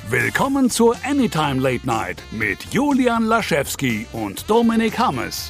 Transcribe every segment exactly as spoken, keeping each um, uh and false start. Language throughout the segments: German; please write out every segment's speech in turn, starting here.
Willkommen zur Anytime Late Night mit Julian Laschewski und Dominik Hammes.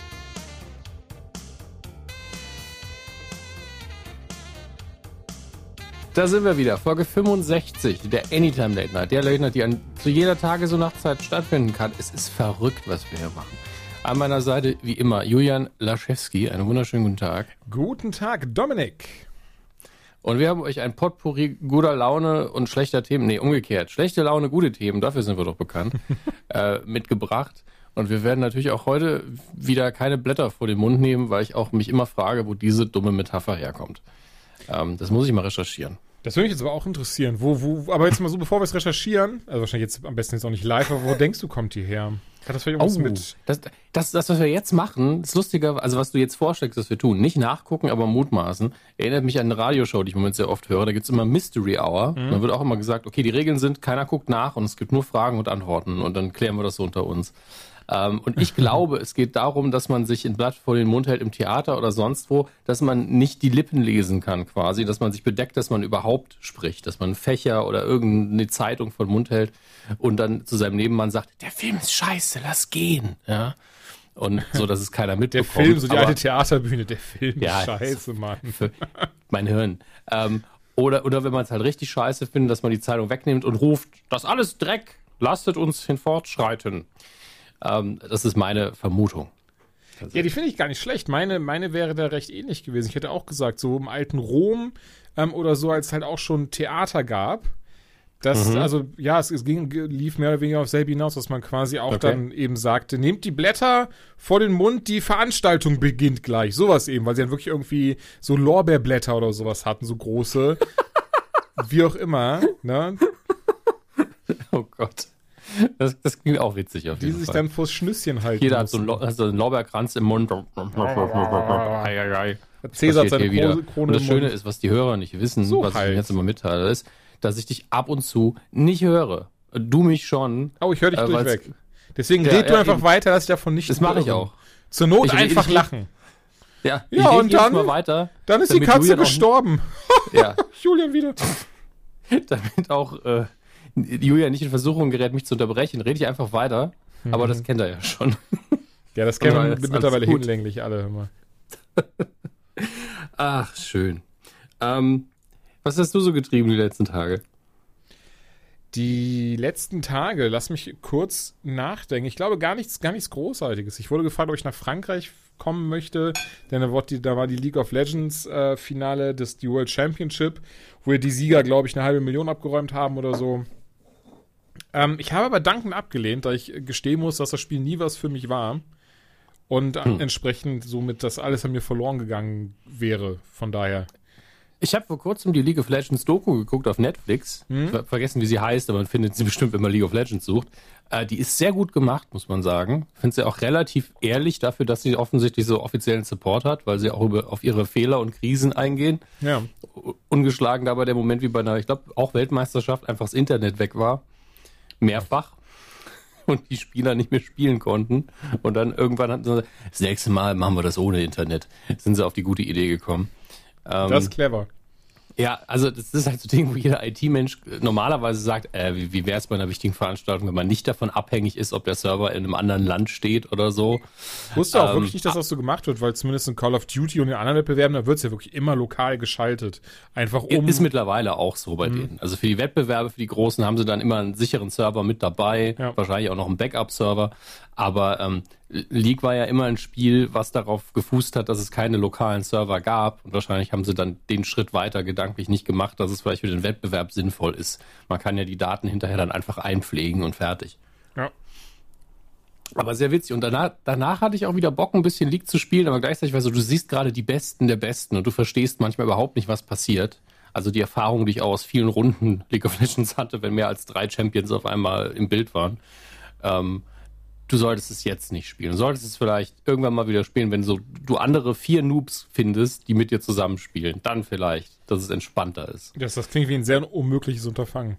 Da sind wir wieder, Folge fünfundsechzig, der Anytime Late Night, der Late Night, die an, zu jeder Tages- und Nachtzeit stattfinden kann. Es ist verrückt, was wir hier machen. An meiner Seite, wie immer, Julian Laschewski. Einen wunderschönen guten Tag. Guten Tag, Dominik. Und wir haben euch ein Potpourri guter Laune und schlechter Themen, nee, umgekehrt, schlechte Laune, gute Themen, dafür sind wir doch bekannt, äh, mitgebracht. Und wir werden natürlich auch heute wieder keine Blätter vor den Mund nehmen, weil ich auch mich immer frage, wo diese dumme Metapher herkommt. Ähm, das muss ich mal recherchieren. Das würde mich jetzt aber auch interessieren. Wo, wo, aber jetzt mal so, bevor wir es recherchieren, also wahrscheinlich jetzt am besten jetzt auch nicht live, aber wo denkst du, kommt die her? Hat das vielleicht irgendwas Oh, mit? Das, das, das, was wir jetzt machen, ist lustiger, also was du jetzt vorschlägst, was wir tun, nicht nachgucken, aber mutmaßen, erinnert mich an eine Radioshow, die ich im Moment sehr oft höre. Da gibt's immer Mystery Hour. Mhm. Dann wird auch immer gesagt, okay, die Regeln sind, keiner guckt nach und es gibt nur Fragen und Antworten und dann klären wir das so unter uns. Ähm, und ich glaube, es geht darum, dass man sich ein Blatt vor den Mund hält im Theater oder sonst wo, dass man nicht die Lippen lesen kann quasi, dass man sich bedeckt, dass man überhaupt spricht, dass man einen Fächer oder irgendeine Zeitung vor den Mund hält und dann zu seinem Nebenmann sagt, der Film ist scheiße, lass gehen. Ja. Und so, dass es keiner mitbekommt. Der Film, so die alte Theaterbühne, der Film ja, ist scheiße, Mann. Für mein Hirn. Ähm, oder, oder wenn man es halt richtig scheiße findet, dass man die Zeitung wegnimmt und ruft, das alles Dreck, lasst uns hinfortschreiten. Ähm, das ist meine Vermutung. Ja, die finde ich gar nicht schlecht. Meine, meine wäre da recht ähnlich gewesen. Ich hätte auch gesagt, so im alten Rom ähm, oder so, als es halt auch schon Theater gab. Das, mhm. also, ja, es, es ging, lief mehr oder weniger auf selbe hinaus, dass man quasi auch okay. dann eben sagte, nehmt die Blätter vor den Mund, die Veranstaltung beginnt gleich. Sowas eben, weil sie dann wirklich irgendwie so Lorbeerblätter oder sowas hatten, so große. Wie auch immer, ne? Oh Gott. Das, das klingt auch witzig auf jeden Die sich Fall. dann vors Schnüsschen halten. Jeder hat so einen, Lo- also einen Lorbeerkranz im Mund. Cäsar hat seine Krone, Krone Und das im Schöne Mund. ist, was die Hörer nicht wissen, So was halt. ich ihnen jetzt immer mitteile, ist, dass ich dich ab und zu nicht höre. Du mich schon. Oh, ich höre dich äh, durchweg. Deswegen Ja, red du ja, einfach eben. weiter, dass ich davon nicht Das mache ich höre. auch. Zur Not Ich- einfach ich- lachen. Ja, Ja, ich und red jedes dann- Mal weiter. Dann ist die damit Katze Julian auch- gestorben. Ja, Julian wieder. damit auch äh, Julian nicht in Versuchung gerät, mich zu unterbrechen, rede ich einfach weiter. Aber das kennt er ja schon. Ja, das kennen wir Alles- mittlerweile alles gut. hinlänglich alle immer. Ach, schön. Ähm, was hast du so getrieben die letzten Tage? Die letzten Tage, lass mich kurz nachdenken. Ich glaube gar nichts, gar nichts Großartiges. Ich wurde gefragt, ob ich nach Frankreich kommen möchte, denn da war die, da war die League of Legends äh, Finale, das die World Championship, wo wir die Sieger, glaube ich, eine halbe Million abgeräumt haben oder so. Ähm, ich habe aber dankend abgelehnt, da ich gestehen muss, dass das Spiel nie was für mich war und Hm. entsprechend somit das alles an mir verloren gegangen wäre. Von daher. Ich habe vor kurzem die League of Legends Doku geguckt auf Netflix. Hm? Ich habe vergessen, wie sie heißt, aber man findet sie bestimmt, wenn man League of Legends sucht. Äh, die ist sehr gut gemacht, muss man sagen. Ich finde sie auch relativ ehrlich dafür, dass sie offensichtlich so offiziellen Support hat, weil sie auch über, auf ihre Fehler und Krisen eingehen. Ja. Ungeschlagen dabei der Moment wie bei einer, ich glaube, auch Weltmeisterschaft, einfach das Internet weg war. Mehrfach. Und die Spieler nicht mehr spielen konnten. Und dann irgendwann hatten sie, das nächste Mal machen wir das ohne Internet. Sind sie auf die gute Idee gekommen. Ähm, Das ist clever. Ja, also das ist halt so ein Ding, wo jeder I T-Mensch normalerweise sagt, äh, wie, wie wäre es bei einer wichtigen Veranstaltung, wenn man nicht davon abhängig ist, ob der Server in einem anderen Land steht oder so. Ich wusste auch Ähm, wirklich nicht, dass das so gemacht wird, weil zumindest in Call of Duty und in anderen Wettbewerben, da wird es ja wirklich immer lokal geschaltet. Einfach um... Ist mittlerweile auch so bei denen. Also für die Wettbewerbe, für die Großen haben sie dann immer einen sicheren Server mit dabei, Ja. wahrscheinlich auch noch einen Backup-Server. Aber ähm, League war ja immer ein Spiel, was darauf gefußt hat, dass es keine lokalen Server gab. Und wahrscheinlich haben sie dann den Schritt weiter gedanklich nicht gemacht, dass es vielleicht für den Wettbewerb sinnvoll ist. Man kann ja die Daten hinterher dann einfach einpflegen und fertig. Ja. Aber sehr witzig. Und danach, danach hatte ich auch wieder Bock, ein bisschen League zu spielen, aber gleichzeitig, weil so, du siehst gerade die Besten der Besten und du verstehst manchmal überhaupt nicht, was passiert. Also die Erfahrung, die ich auch aus vielen Runden League of Legends hatte, wenn mehr als drei Champions auf einmal im Bild waren. Ähm, du solltest es jetzt nicht spielen. Du solltest es vielleicht irgendwann mal wieder spielen, wenn so du andere vier Noobs findest, die mit dir zusammenspielen. Dann vielleicht, dass es entspannter ist. Das, das klingt wie ein sehr unmögliches Unterfangen.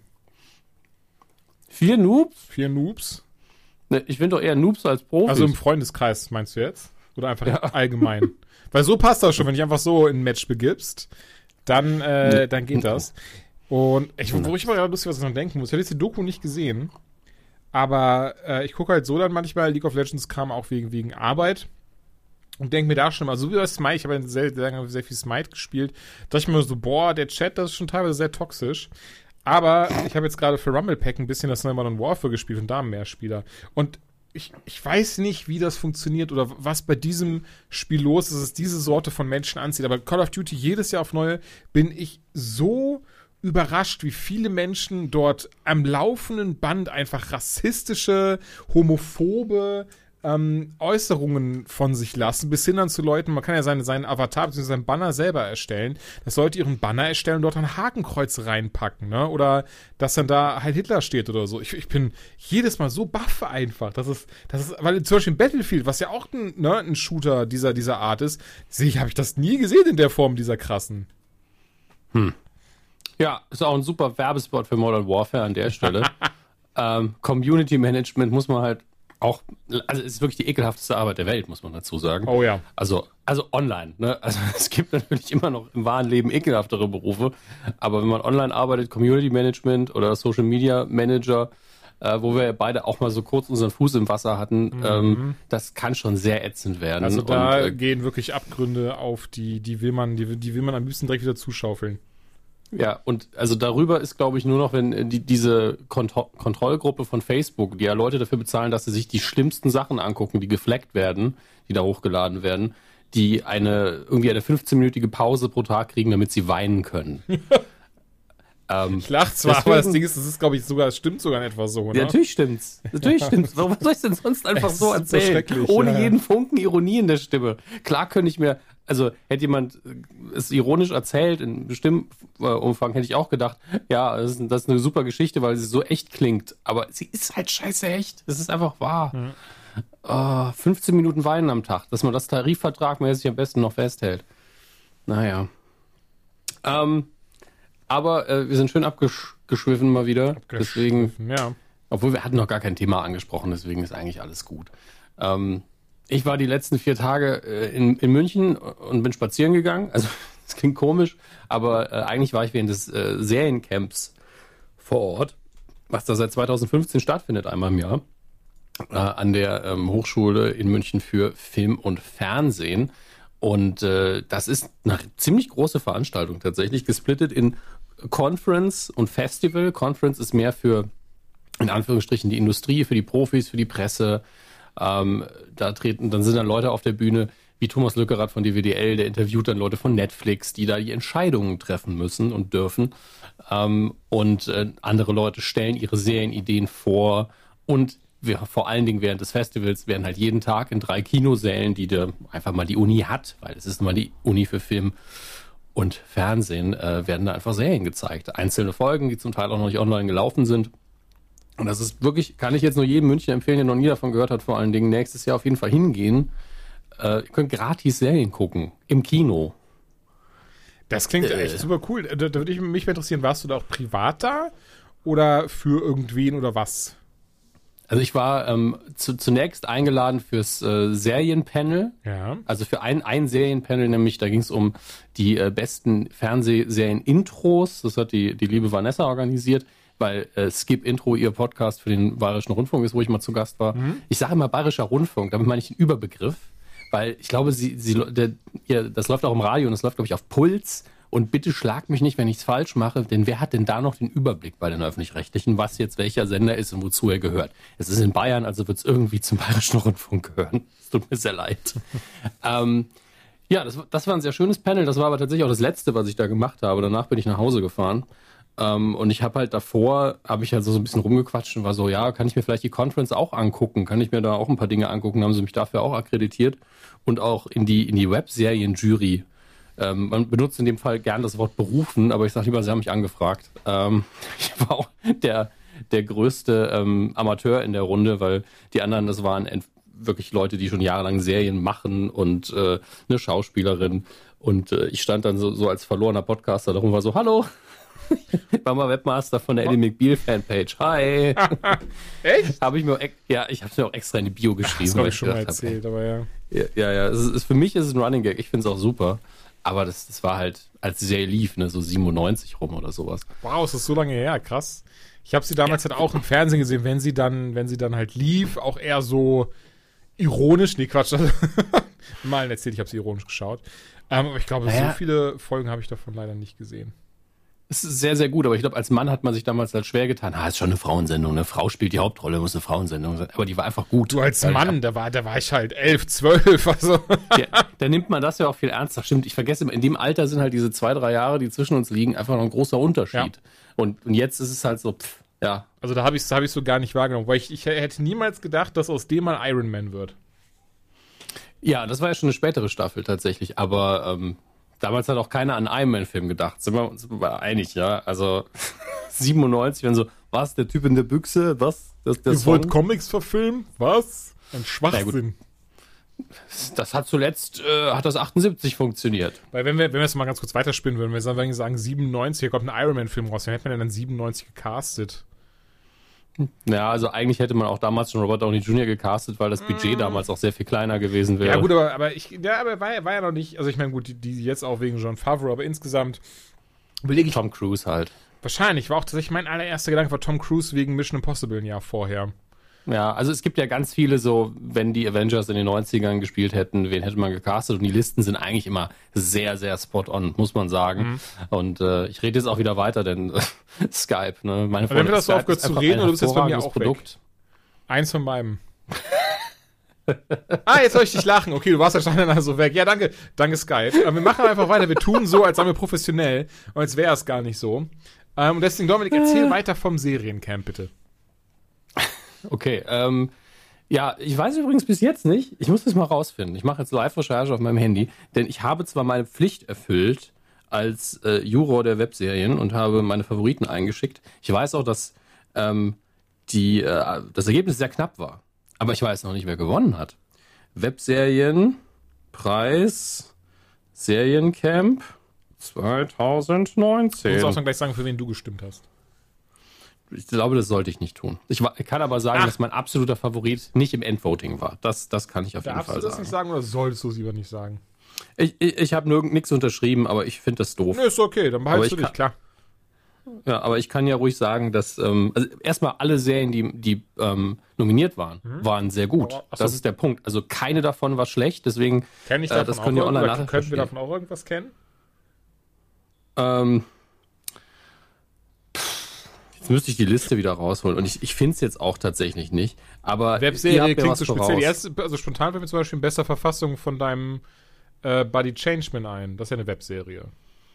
Vier Noobs? Vier Noobs? Ne, ich finde doch eher Noobs als Profis. Also im Freundeskreis meinst du jetzt? Oder einfach Ja. allgemein? Weil so passt das schon, wenn dich einfach so in ein Match begibst, dann, äh, dann geht das. Und ich, wo ich mal gerade lustig was ich noch denken muss, ich habe jetzt die Doku nicht gesehen, aber äh, ich gucke halt so dann manchmal League of Legends Kram auch wegen, wegen Arbeit und denke mir da schon mal, so wie bei Smite, ich habe ja sehr, sehr, sehr viel Smite gespielt, dachte ich mir so, boah, der Chat, das ist schon teilweise sehr toxisch. Aber ich habe jetzt gerade für Rumble Pack ein bisschen das neue Modern Warfare gespielt und da mehr Spieler. Und ich, ich weiß nicht, wie das funktioniert oder was bei diesem Spiel los ist, dass es diese Sorte von Menschen anzieht. Aber Call of Duty jedes Jahr auf neue bin ich so überrascht, wie viele Menschen dort am laufenden Band einfach rassistische, homophobe ähm, Äußerungen von sich lassen, bis hin dann zu Leuten, man kann ja seine, seinen Avatar bzw. seinen Banner selber erstellen, dass Leute ihren Banner erstellen und dort ein Hakenkreuz reinpacken, ne? Oder dass dann da halt Hitler steht oder so. Ich, ich bin jedes Mal so baff einfach, dass es, dass es, weil zum Beispiel Battlefield, was ja auch ein, ne, ein Shooter dieser, dieser Art ist, sehe ich, habe ich das nie gesehen in der Form dieser krassen. Hm. Ja, ist auch ein super Werbespot für Modern Warfare an der Stelle. ähm, Community Management muss man halt auch, also es ist wirklich die ekelhafteste Arbeit der Welt, muss man dazu sagen. Oh ja. Also, also online, ne? Also es gibt natürlich immer noch im wahren Leben ekelhaftere Berufe, aber wenn man online arbeitet, Community Management oder Social Media Manager, äh, wo wir ja beide auch mal so kurz unseren Fuß im Wasser hatten, mhm. ähm, das kann schon sehr ätzend werden. Also da Und, äh, gehen wirklich Abgründe auf, die, die will man, die, die will man am liebsten direkt wieder zuschaufeln. Ja, und also darüber ist, glaube ich, nur noch, wenn die, diese Kont- Kontrollgruppe von Facebook, die ja Leute dafür bezahlen, dass sie sich die schlimmsten Sachen angucken, die gefleckt werden, die da hochgeladen werden, die eine irgendwie eine fünfzehnminütige Pause pro Tag kriegen, damit sie weinen können. ähm, ich lach zwar, deswegen, aber das Ding ist, das ist, glaube ich, sogar, es stimmt sogar in etwa so, ne? Ja, natürlich stimmt's. Natürlich stimmt's. Warum soll ich denn sonst einfach so erzählen? Ohne ja. jeden Funken Ironie in der Stimme. Klar könnte ich mir, also hätte jemand es ironisch erzählt, in bestimmtem Umfang, hätte ich auch gedacht, ja, das ist, das ist eine super Geschichte, weil sie so echt klingt. Aber sie ist halt scheiße echt. Das ist einfach wahr. Mhm. Oh, fünfzehn Minuten weinen am Tag, dass man das tarifvertragmäßig am besten noch festhält. Naja. Ähm, aber äh, wir sind schön abgeschwiffen mal wieder. Deswegen, ja. Obwohl wir hatten noch gar kein Thema angesprochen, deswegen ist eigentlich alles gut. Ähm, Ich war die letzten vier Tage äh, in, in München und bin spazieren gegangen. Also, das klingt komisch, aber äh, eigentlich war ich während des äh, Seriencamps vor Ort, was da seit zweitausendfünfzehn stattfindet, einmal im Jahr, äh, an der ähm, Hochschule in München für Film und Fernsehen. Und äh, das ist eine ziemlich große Veranstaltung tatsächlich, gesplittet in Conference und Festival. Conference ist mehr für, in Anführungsstrichen, die Industrie, für die Profis, für die Presse. Ähm, da treten, dann sind dann Leute auf der Bühne, wie Thomas Lückerath von D W D L, der interviewt dann Leute von Netflix, die da die Entscheidungen treffen müssen und dürfen. Ähm, und äh, andere Leute stellen ihre Serienideen vor. Und wir, vor allen Dingen während des Festivals werden halt jeden Tag in drei Kinosälen, die da einfach mal die Uni hat, weil es ist nun mal die Uni für Film und Fernsehen, äh, werden da einfach Serien gezeigt. Einzelne Folgen, die zum Teil auch noch nicht online gelaufen sind. Und das ist wirklich, kann ich jetzt nur jedem München empfehlen, der noch nie davon gehört hat, vor allen Dingen nächstes Jahr auf jeden Fall hingehen. Äh, ihr könnt gratis Serien gucken, im Kino. Das klingt äh, echt super cool. Da, da würde ich mich mal interessieren, warst du da auch privat da oder für irgendwen oder was? Also ich war ähm, zu, zunächst eingeladen fürs äh, Serienpanel. Ja. Also für ein, ein Serienpanel, nämlich da ging es um die äh, besten Fernsehserien-Intros. Das hat die, die liebe Vanessa organisiert, weil äh, Skip Intro ihr Podcast für den Bayerischen Rundfunk ist, wo ich mal zu Gast war. Mhm. Ich sage immer Bayerischer Rundfunk, damit meine ich den Überbegriff, weil ich glaube, sie, sie, der, ja, das läuft auch im Radio und das läuft, glaube ich, auf Puls. Und bitte schlag mich nicht, wenn ich es falsch mache, denn wer hat denn da noch den Überblick bei den Öffentlich-Rechtlichen, was jetzt welcher Sender ist und wozu er gehört? Es ist in Bayern, also wird es irgendwie zum Bayerischen Rundfunk gehören. Es tut mir sehr leid. ähm, ja, das, das war ein sehr schönes Panel. Das war aber tatsächlich auch das Letzte, was ich da gemacht habe. Danach bin ich nach Hause gefahren. Um, und ich habe halt davor, habe ich halt so, so ein bisschen rumgequatscht und war so, ja, kann ich mir vielleicht die Conference auch angucken? Kann ich mir da auch ein paar Dinge angucken? Haben sie mich dafür auch akkreditiert und auch in die, in die Webserien-Jury. Ähm, man benutzt in dem Fall gern das Wort berufen, aber ich sage lieber, sie haben mich angefragt. Ähm, ich war auch der, der größte ähm, Amateur in der Runde, weil die anderen, das waren ent- wirklich Leute, die schon jahrelang Serien machen und äh, eine Schauspielerin. Und äh, ich stand dann so, so als verlorener Podcaster darum, war so, hallo. Ich war mal Webmaster von der Ellie McBeal Fanpage. Hi. Echt? Habe ich mir auch, ja, ich habe es mir auch extra in die Bio geschrieben. Das habe ich schon mal erzählt, hab, aber ja. Ja, ja, ja. Es ist, für mich ist es ein Running Gag. Ich finde es auch super. aber das, das war halt, als die Serie lief, ne, so siebenundneunzig rum oder sowas. Wow, ist das so lange her, krass. Ich habe sie damals ja. halt auch im Fernsehen gesehen, wenn sie dann, wenn sie dann halt lief, auch eher so ironisch, nee, Quatsch, also, mal erzählt, ich habe sie ironisch geschaut. Ähm, aber ich glaube, naja. so viele Folgen habe ich davon leider nicht gesehen. Es ist sehr, sehr gut, aber ich glaube, als Mann hat man sich damals halt schwer getan. Ah, ist schon eine Frauensendung, eine Frau spielt die Hauptrolle, muss eine Frauensendung sein. Aber die war einfach gut. Du als Mann, da war, da war ich halt elf, zwölf, also. Ja, da nimmt man das ja auch viel ernster. Stimmt, ich vergesse immer, in dem Alter sind halt diese zwei, drei Jahre, die zwischen uns liegen, einfach noch ein großer Unterschied. Ja. Und, und jetzt ist es halt so, pff, ja. Also da habe ich es hab ich so gar nicht wahrgenommen, weil ich, ich hätte niemals gedacht, dass aus dem mal Iron Man wird. Ja, das war ja schon eine spätere Staffel tatsächlich, aber ähm, damals hat auch keiner an einen Iron Man-Film gedacht. Sind wir uns einig, ja? Also siebenundneunzig, wenn so, was, der Typ in der Büchse, was? Das, das Ihr wollt Comics verfilmen? Was? Ein Schwachsinn. Das hat zuletzt, äh, hat das achtundsiebzig funktioniert. Weil wenn wir, wenn wir jetzt mal ganz kurz weiterspinnen würden, wenn wir sagen siebenundneunzig, hier kommt ein Iron Man-Film raus, dann hätte man denn dann siebenundneunzig gecastet. Ja, also eigentlich hätte man auch damals schon Robert Downey Junior gecastet, weil das Budget mm. damals auch sehr viel kleiner gewesen wäre. Ja gut, aber, aber ich, ja, aber war, war ja noch nicht, also ich meine gut, die, die jetzt auch wegen Jon Favreau, aber insgesamt überlege ich. Tom Cruise halt. Wahrscheinlich, war auch tatsächlich mein allererster Gedanke war Tom Cruise wegen Mission Impossible ein Jahr vorher. Ja, also es gibt ja ganz viele so, wenn die Avengers in den neunzigern gespielt hätten, wen hätte man gecastet? Und die Listen sind eigentlich immer sehr, sehr spot on, muss man sagen. Mhm. Und äh, ich rede jetzt auch wieder weiter, denn äh, Skype, ne? Meine Freunde, wenn wir das so aufgehört zu reden, oder bist du jetzt bei mir auch Produkt. Weg? Eins von beiden. Ah, jetzt soll ich dich lachen. Okay, du warst ja schon dann so weg. Ja, danke, danke Skype. Aber wir machen einfach weiter. Wir tun so, als seien wir professionell. Und als wäre es gar nicht so. Ähm, und deswegen, Dominik, erzähl äh. weiter vom Seriencamp, bitte. Okay, ähm, ja, ich weiß übrigens bis jetzt nicht, ich muss das mal rausfinden. Ich mache jetzt Live-Recherche auf meinem Handy, denn ich habe zwar meine Pflicht erfüllt als äh, Juror der Webserien und habe meine Favoriten eingeschickt. Ich weiß auch, dass ähm, die, äh, das Ergebnis sehr knapp war, aber ich weiß noch nicht, wer gewonnen hat. Webserien, Preis, Seriencamp zwanzig neunzehn. Du musst auch dann gleich sagen, für wen du gestimmt hast. Ich glaube, das sollte ich nicht tun. Ich kann aber sagen, Ach. dass mein absoluter Favorit nicht im Endvoting war. Das, das kann ich auf jeden Fall sagen. Darfst du das nicht sagen oder solltest du es lieber nicht sagen? Ich, ich, ich habe nichts unterschrieben, aber ich finde das doof. Nee, ist okay, dann behaltst du dich, klar. Ja, aber ich kann ja ruhig sagen, dass ähm, also erstmal alle Serien, die, die ähm, nominiert waren, mhm. waren sehr gut. Oh, das ist der Punkt. Also keine davon war schlecht, deswegen Kenn ich davon äh, das können wir online nachher Können wir davon auch irgendwas kennen? Ähm Jetzt müsste ich die Liste wieder rausholen und ich, ich finde es jetzt auch tatsächlich nicht. Aber Webserie klingt so speziell. Die erste, also spontan fällt mir zum Beispiel in bester Verfassung von deinem äh, Buddy Changeman ein. Das ist ja eine Webserie.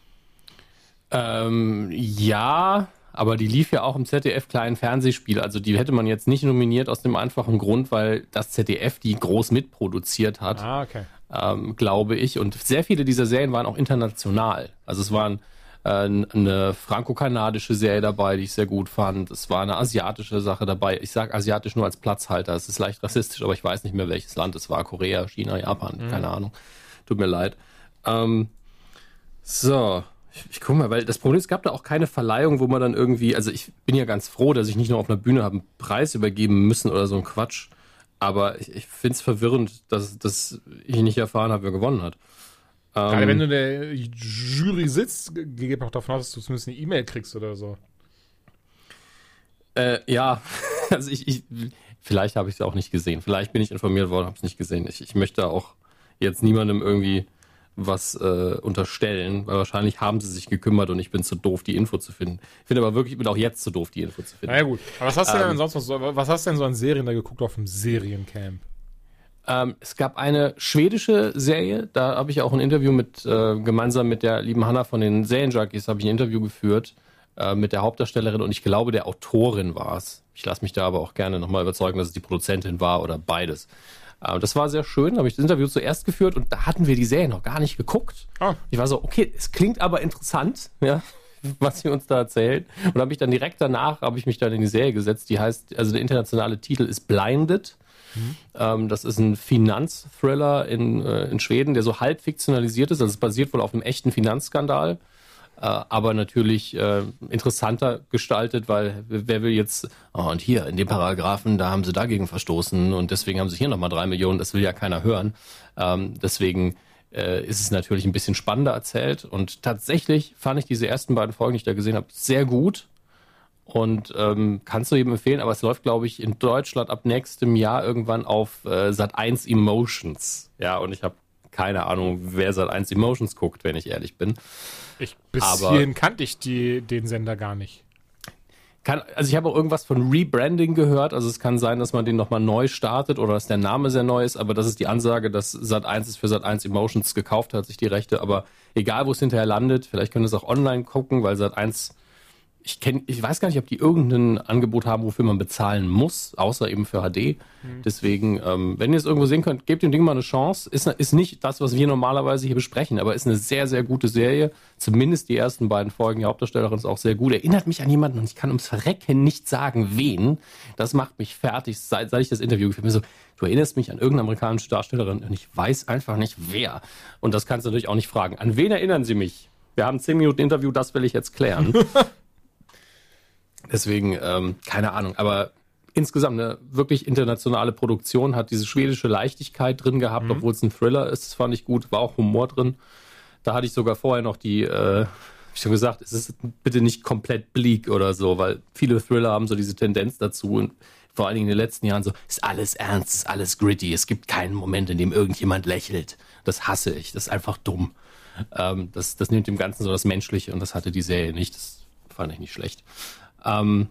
Ähm, ja, aber die lief ja auch im Z D F kleinen Fernsehspiel. Also die hätte man jetzt nicht nominiert aus dem einfachen Grund, weil das Z D F die groß mitproduziert hat. Ah, okay. Ähm, glaube ich. Und sehr viele dieser Serien waren auch international. Also es waren eine franco-kanadische Serie dabei, die ich sehr gut fand. Es war eine asiatische Sache dabei. Ich sage asiatisch nur als Platzhalter. Es ist leicht rassistisch, aber ich weiß nicht mehr, welches Land es war. Korea, China, Japan, mhm. keine Ahnung. Tut mir leid. Ähm, so, ich, ich guck mal, weil das Problem ist, es gab da auch keine Verleihung, wo man dann irgendwie, also ich bin ja ganz froh, dass ich nicht nur auf einer Bühne habe einen Preis übergeben müssen oder so ein Quatsch. Aber ich, ich finde es verwirrend, dass, dass ich nicht erfahren habe, wer gewonnen hat. Gerade ähm, wenn du in der Jury sitzt, gehe ich auch davon aus, dass du zumindest eine E-Mail kriegst oder so. Äh, ja, also ich, ich vielleicht habe ich es auch nicht gesehen. Vielleicht bin ich informiert worden, habe es nicht gesehen. Ich, ich möchte auch jetzt niemandem irgendwie was äh, unterstellen, weil wahrscheinlich haben sie sich gekümmert und ich bin zu doof, die Info zu finden. Ich finde aber wirklich, ich bin auch jetzt zu doof, die Info zu finden. Na ja gut, aber was hast du ähm, denn sonst noch so, was hast du denn so an Serien da geguckt auf dem Seriencamp? Ähm, es gab eine schwedische Serie, da habe ich auch ein Interview mit, äh, gemeinsam mit der lieben Hanna von den Serienjunkies, habe ich ein Interview geführt äh, mit der Hauptdarstellerin und ich glaube, der Autorin war es. Ich lasse mich da aber auch gerne nochmal überzeugen, dass es die Produzentin war oder beides. Äh, das war sehr schön, habe ich das Interview zuerst geführt und da hatten wir die Serie noch gar nicht geguckt. Oh. Ich war so, okay, es klingt aber interessant, ja, was sie uns da erzählen. Und habe mich dann direkt danach, habe ich mich dann in die Serie gesetzt, die heißt, also der internationale Titel ist Blinded. Mhm. Ähm, das ist ein Finanzthriller in, äh, in Schweden, der so halb fiktionalisiert ist. Also es basiert wohl auf einem echten Finanzskandal, äh, aber natürlich äh, interessanter gestaltet, weil wer will jetzt, oh, und hier in dem Paragraphen, da haben sie dagegen verstoßen und deswegen haben sie hier nochmal drei Millionen, das will ja keiner hören. Ähm, deswegen äh, ist es natürlich ein bisschen spannender erzählt. Und tatsächlich fand ich diese ersten beiden Folgen, die ich da gesehen habe, sehr gut. Und ähm, kannst du jedem empfehlen, aber es läuft, glaube ich, in Deutschland ab nächstem Jahr irgendwann auf äh, Sat eins Emotions. Ja, und ich habe keine Ahnung, wer Sat eins Emotions guckt, wenn ich ehrlich bin. Ich, bis aber hierhin kannte ich die, den Sender gar nicht. Kann, also ich habe auch irgendwas von Rebranding gehört, also es kann sein, dass man den nochmal neu startet oder dass der Name sehr neu ist, aber das ist die Ansage, dass Sat eins es für Sat eins Emotions gekauft hat, sich die Rechte, aber egal, wo es hinterher landet, vielleicht können wir es auch online gucken, weil Sat eins, ich kenn, ich weiß gar nicht, ob die irgendein Angebot haben, wofür man bezahlen muss, außer eben für H D. Mhm. Deswegen, ähm, wenn ihr es irgendwo sehen könnt, gebt dem Ding mal eine Chance. Ist, ist nicht das, was wir normalerweise hier besprechen, aber ist eine sehr, sehr gute Serie. Zumindest die ersten beiden Folgen. Die Hauptdarstellerin ist auch sehr gut. Erinnert mich an jemanden und ich kann ums Verrecken nicht sagen, wen. Das macht mich fertig, seit, seit ich das Interview geführt habe. So, du erinnerst mich an irgendeine amerikanische Darstellerin und ich weiß einfach nicht, wer. Und das kannst du natürlich auch nicht fragen. An wen erinnern sie mich? Wir haben zehn Minuten Interview, das will ich jetzt klären. Deswegen, ähm, keine Ahnung, aber insgesamt eine wirklich internationale Produktion, hat diese schwedische Leichtigkeit drin gehabt, mhm. obwohl es ein Thriller ist, das fand ich gut, war auch Humor drin. Da hatte ich sogar vorher noch die, äh, hab ich schon gesagt, es ist bitte nicht komplett bleak oder so, weil viele Thriller haben so diese Tendenz dazu und vor allen Dingen in den letzten Jahren so, ist alles ernst, ist alles gritty, es gibt keinen Moment, in dem irgendjemand lächelt. Das hasse ich, das ist einfach dumm. Ähm, das, das nimmt dem Ganzen so das Menschliche und das hatte die Serie nicht, das fand ich nicht schlecht. Ähm,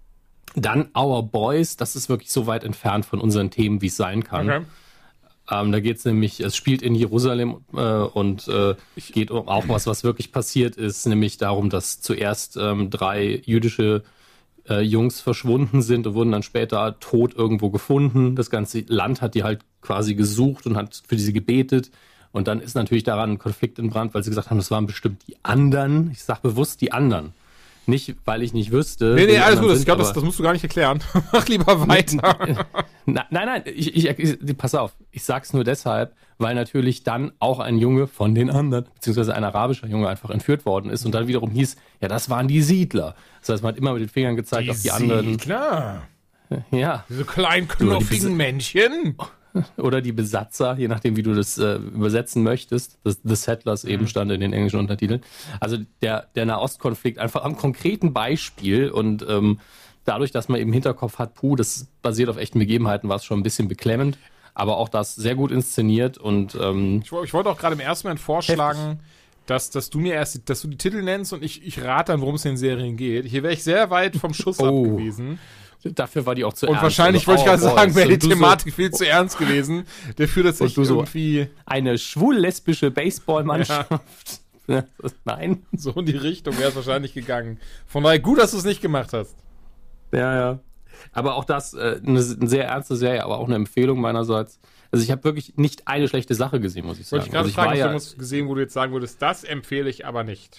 dann Our Boys, das ist wirklich so weit entfernt von unseren Themen, wie es sein kann. Okay. Ähm, da geht es nämlich, es spielt in Jerusalem äh, und äh, geht um auch was, was wirklich passiert ist, nämlich darum, dass zuerst ähm, drei jüdische äh, Jungs verschwunden sind und wurden dann später tot irgendwo gefunden. Das ganze Land hat die halt quasi gesucht und hat für diese gebetet. Und dann ist natürlich daran ein Konflikt entbrannt, weil sie gesagt haben, das waren bestimmt die anderen. Ich sage bewusst die anderen. Nicht, weil ich nicht wüsste. Nee, nee, alles gut. Sind, ich glaube, das, das musst du gar nicht erklären. Mach lieber weiter. Nein, nein, ich, ich, ich, pass auf. Ich sag's nur deshalb, weil natürlich dann auch ein Junge von den anderen, beziehungsweise ein arabischer Junge einfach entführt worden ist und dann wiederum hieß, ja, das waren die Siedler. Das heißt, man hat immer mit den Fingern gezeigt die auf die anderen. Siedler? Ja. Diese kleinen, knuffigen Männchen. Oder die Besatzer, je nachdem, wie du das äh, übersetzen möchtest. Das, The Settlers mhm. eben stand in den englischen Untertiteln. Also der, der Nahostkonflikt einfach am konkreten Beispiel und ähm, dadurch, dass man eben im Hinterkopf hat, puh, das basiert auf echten Begebenheiten, war es schon ein bisschen beklemmend. Aber auch das sehr gut inszeniert und ähm, ich, ich wollte auch gerade im ersten Moment vorschlagen, dass, dass du mir erst, dass du die Titel nennst und ich, ich rate dann, worum es in den Serien geht. Hier wäre ich sehr weit vom Schuss oh. ab gewesen. Dafür war die auch zu und ernst. Und wahrscheinlich, wollte ich gerade sagen, wäre die Thematik so viel zu ernst gewesen. Der führt das sich irgendwie... So eine schwul-lesbische Baseballmannschaft. Ja. Nein. So in die Richtung wäre es wahrscheinlich gegangen. Von daher gut, dass du es nicht gemacht hast. Ja, ja. Aber auch das, äh, eine, eine sehr ernste Serie, aber auch eine Empfehlung meinerseits. Also ich habe wirklich nicht eine schlechte Sache gesehen, muss ich sagen. Wollte ich gerade also ich fragen, hast ja, du irgendwas gesehen, wo du jetzt sagen würdest, das empfehle ich aber nicht?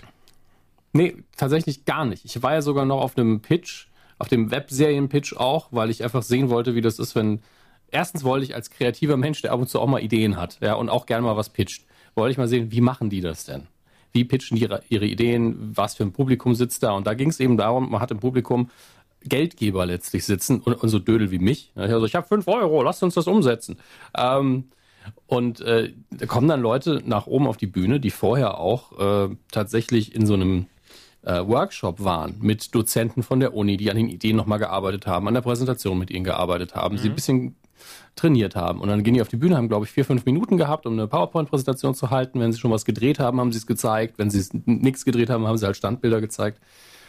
Nee, tatsächlich gar nicht. Ich war ja sogar noch auf einem Pitch, auf dem Webserien-Pitch auch, weil ich einfach sehen wollte, wie das ist, wenn... Erstens wollte ich als kreativer Mensch, der ab und zu auch mal Ideen hat, ja, und auch gerne mal was pitcht, wollte ich mal sehen, wie machen die das denn? Wie pitchen die ihre, ihre Ideen? Was für ein Publikum sitzt da? Und da ging es eben darum, man hat im Publikum Geldgeber letztlich sitzen und, und so Dödel wie mich. Also ich habe fünf Euro, lasst uns das umsetzen. Ähm, und äh, da kommen dann Leute nach oben auf die Bühne, die vorher auch äh, tatsächlich in so einem Workshop waren mit Dozenten von der Uni, die an den Ideen nochmal gearbeitet haben, an der Präsentation mit ihnen gearbeitet haben, mhm. sie ein bisschen trainiert haben. Und dann gehen die auf die Bühne, haben, glaube ich, vier, fünf Minuten gehabt, um eine PowerPoint-Präsentation zu halten. Wenn sie schon was gedreht haben, haben sie es gezeigt. Wenn sie nichts gedreht haben, haben sie halt Standbilder gezeigt.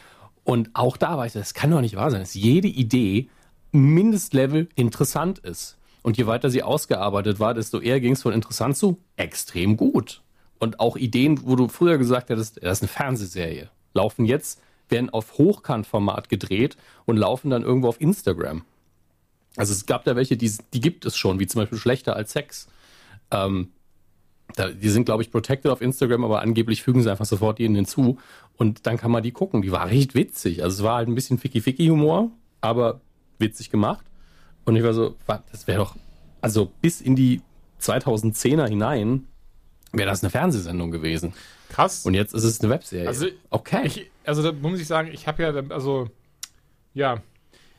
Und auch da war ich, das kann doch nicht wahr sein, dass jede Idee Mindestlevel interessant ist. Und je weiter sie ausgearbeitet war, desto eher ging es von interessant zu extrem gut. Und auch Ideen, wo du früher gesagt hättest, das ist eine Fernsehserie, laufen jetzt, werden auf Hochkantformat gedreht und laufen dann irgendwo auf Instagram. Also es gab da welche, die, die gibt es schon, wie zum Beispiel Schlechter als Sex. Ähm, da, die sind, glaube ich, protected auf Instagram, aber angeblich fügen sie einfach sofort jeden hinzu. Und dann kann man die gucken. Die war recht witzig. Also es war halt ein bisschen Ficky-Ficky-Humor, aber witzig gemacht. Und ich war so, das wäre doch, also bis in die zweitausendzehner hinein wäre das eine Fernsehsendung gewesen. Krass. Und jetzt ist es eine Webserie. Also, okay. Ich, also da muss ich sagen, ich habe ja, also, ja,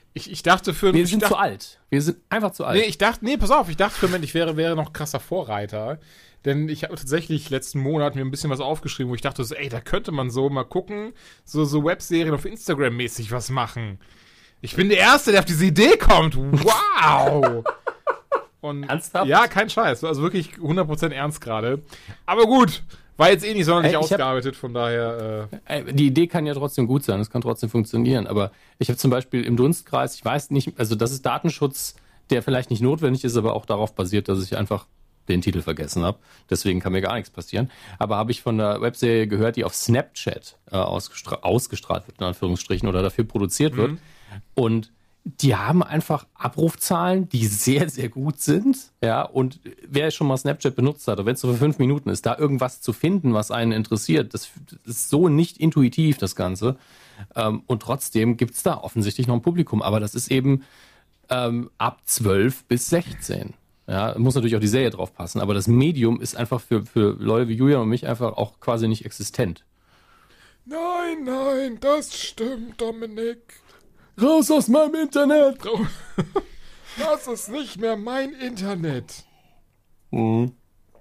Ich, ich dachte für... Wir ich sind dachte, zu alt. Wir sind einfach zu alt. Nee, ich dachte, nee, pass auf, ich dachte für einen Moment, ich wäre, wäre noch krasser Vorreiter. Denn ich habe tatsächlich letzten Monat mir ein bisschen was aufgeschrieben, wo ich dachte so, ey, da könnte man so mal gucken, so, so Webserien auf Instagram mäßig was machen. Ich bin der Erste, der auf diese Idee kommt. Wow! Und Ernsthaft? Ja, kein Scheiß. Also wirklich hundert Prozent ernst gerade. Aber gut, war jetzt eh nicht sonderlich Ey, ich ausgearbeitet, von daher... Äh Ey, die Idee kann ja trotzdem gut sein, es kann trotzdem funktionieren. Aber ich habe zum Beispiel im Dunstkreis, ich weiß nicht, also das ist Datenschutz, der vielleicht nicht notwendig ist, aber auch darauf basiert, dass ich einfach den Titel vergessen habe. Deswegen kann mir gar nichts passieren. Aber habe ich von der Webserie gehört, die auf Snapchat äh, ausgestra- ausgestrahlt wird, in Anführungsstrichen, oder dafür produziert wird. Mhm. Und die haben einfach Abrufzahlen, die sehr, sehr gut sind. Ja, und wer schon mal Snapchat benutzt hat, wenn es so für fünf Minuten ist, da irgendwas zu finden, was einen interessiert, das ist so nicht intuitiv, das Ganze. Ähm, und trotzdem gibt es da offensichtlich noch ein Publikum. Aber das ist eben ähm, ab zwölf bis sechzehn. Ja, muss natürlich auch die Serie drauf passen, aber das Medium ist einfach für, für Leute wie Julian und mich einfach auch quasi nicht existent. Nein, nein, das stimmt, Dominik. Raus aus meinem Internet! Das ist nicht mehr mein Internet. Mhm.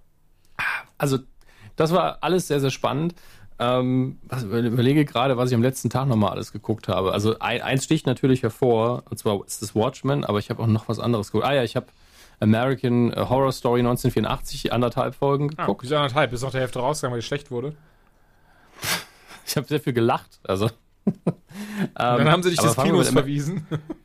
Also, das war alles sehr, sehr spannend. Ähm, was, ich überlege gerade, was ich am letzten Tag nochmal alles geguckt habe. Also, ein, eins sticht natürlich hervor, und zwar ist das Watchmen, aber ich habe auch noch was anderes geguckt. Ah ja, ich habe American Horror Story neunzehnhundertvierundachtzig, anderthalb Folgen geguckt. Ah, wieso anderthalb? Bis nach der Hälfte rausgegangen, weil die schlecht wurde. Ich habe sehr viel gelacht, also... Dann haben sie dich des Kinos immer, verwiesen.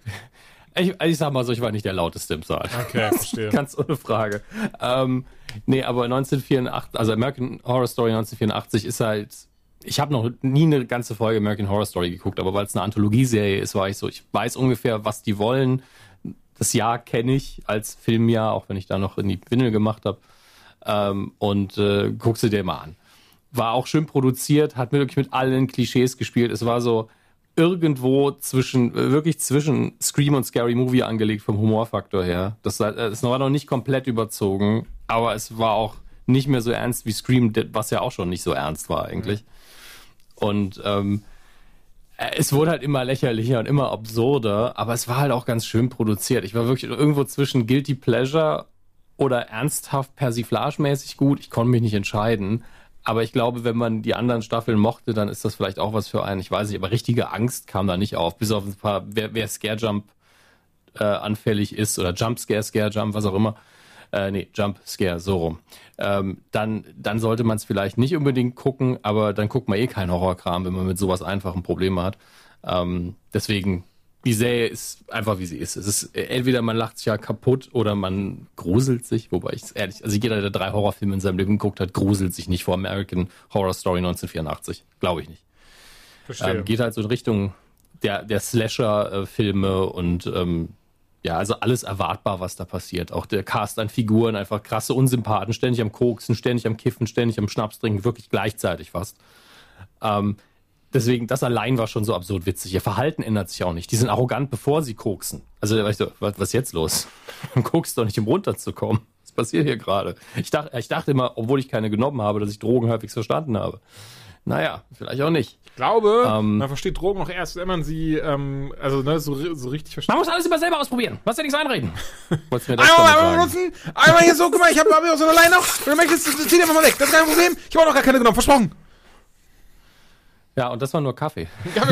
ich, ich sag mal so, ich war nicht der Lauteste im Saal. Okay, verstehe. Ganz ohne Frage. Ähm, nee, aber neunzehnhundertvierundachtzig, also American Horror Story neunzehnhundertvierundachtzig ist halt, ich habe noch nie eine ganze Folge American Horror Story geguckt, aber weil es eine Anthologieserie ist, war ich so, ich weiß ungefähr, was die wollen. Das Jahr kenne ich als Filmjahr, auch wenn ich da noch in die Windel gemacht habe. Ähm, und äh, guck sie dir mal an. War auch schön produziert, hat mir wirklich mit allen Klischees gespielt. Es war so irgendwo zwischen, wirklich zwischen Scream und Scary Movie angelegt vom Humorfaktor her. Das, das war noch nicht komplett überzogen, aber es war auch nicht mehr so ernst wie Scream, was ja auch schon nicht so ernst war eigentlich. Und ähm, es wurde halt immer lächerlicher und immer absurder, aber es war halt auch ganz schön produziert. Ich war wirklich irgendwo zwischen Guilty Pleasure oder ernsthaft persiflagemäßig gut. Ich konnte mich nicht entscheiden. Aber ich glaube, wenn man die anderen Staffeln mochte, dann ist das vielleicht auch was für einen. Ich weiß nicht, aber richtige Angst kam da nicht auf. Bis auf ein paar, wer, wer Scare-Jump äh, anfällig ist oder Jump-Scare, Scare-Jump, was auch immer. Äh, nee, Jump-Scare, so rum. Ähm, dann, dann sollte man es vielleicht nicht unbedingt gucken, aber dann guckt man eh keinen Horrorkram, wenn man mit sowas einfach ein Problem hat. Ähm, deswegen, die Serie ist einfach, wie sie ist. Es ist entweder man lacht sich ja kaputt oder man gruselt sich, wobei ich ehrlich, also jeder, der drei Horrorfilme in seinem Leben geguckt hat, gruselt sich nicht vor American Horror Story neunzehnhundertvierundachtzig. Glaube ich nicht. Verstehe. Ähm, geht halt so in Richtung der, der Slasher-Filme und ähm, ja, also alles erwartbar, was da passiert. Auch der Cast an Figuren, einfach krasse Unsympathen, ständig am Koksen, ständig am Kiffen, ständig am Schnaps trinken, wirklich gleichzeitig fast. Ähm, Deswegen, das allein war schon so absurd witzig. Ihr Verhalten ändert sich auch nicht. Die sind arrogant, bevor sie koksen. Also, weißt du, was ist jetzt los? Du kokst doch nicht, um runterzukommen. Was passiert hier gerade? Ich dachte, ich dachte immer, obwohl ich keine genommen habe, dass ich Drogen halbwegs verstanden habe. Naja, vielleicht auch nicht. Ich glaube, ähm, man versteht Drogen noch erst, wenn man sie, ähm, also ne, so, so richtig versteht. Man muss alles immer selber ausprobieren. Lass dir nichts einreden. Wolltest du mir das Einmal, damit einmal sagen? benutzen, einmal hier so, guck mal, ich habe hab hier auch so eine Leine noch. Wenn du möchtest, zieh die einfach mal weg. Das ist kein Problem. Ich habe auch noch gar keine genommen, versprochen. Ja, und das war nur Kaffee.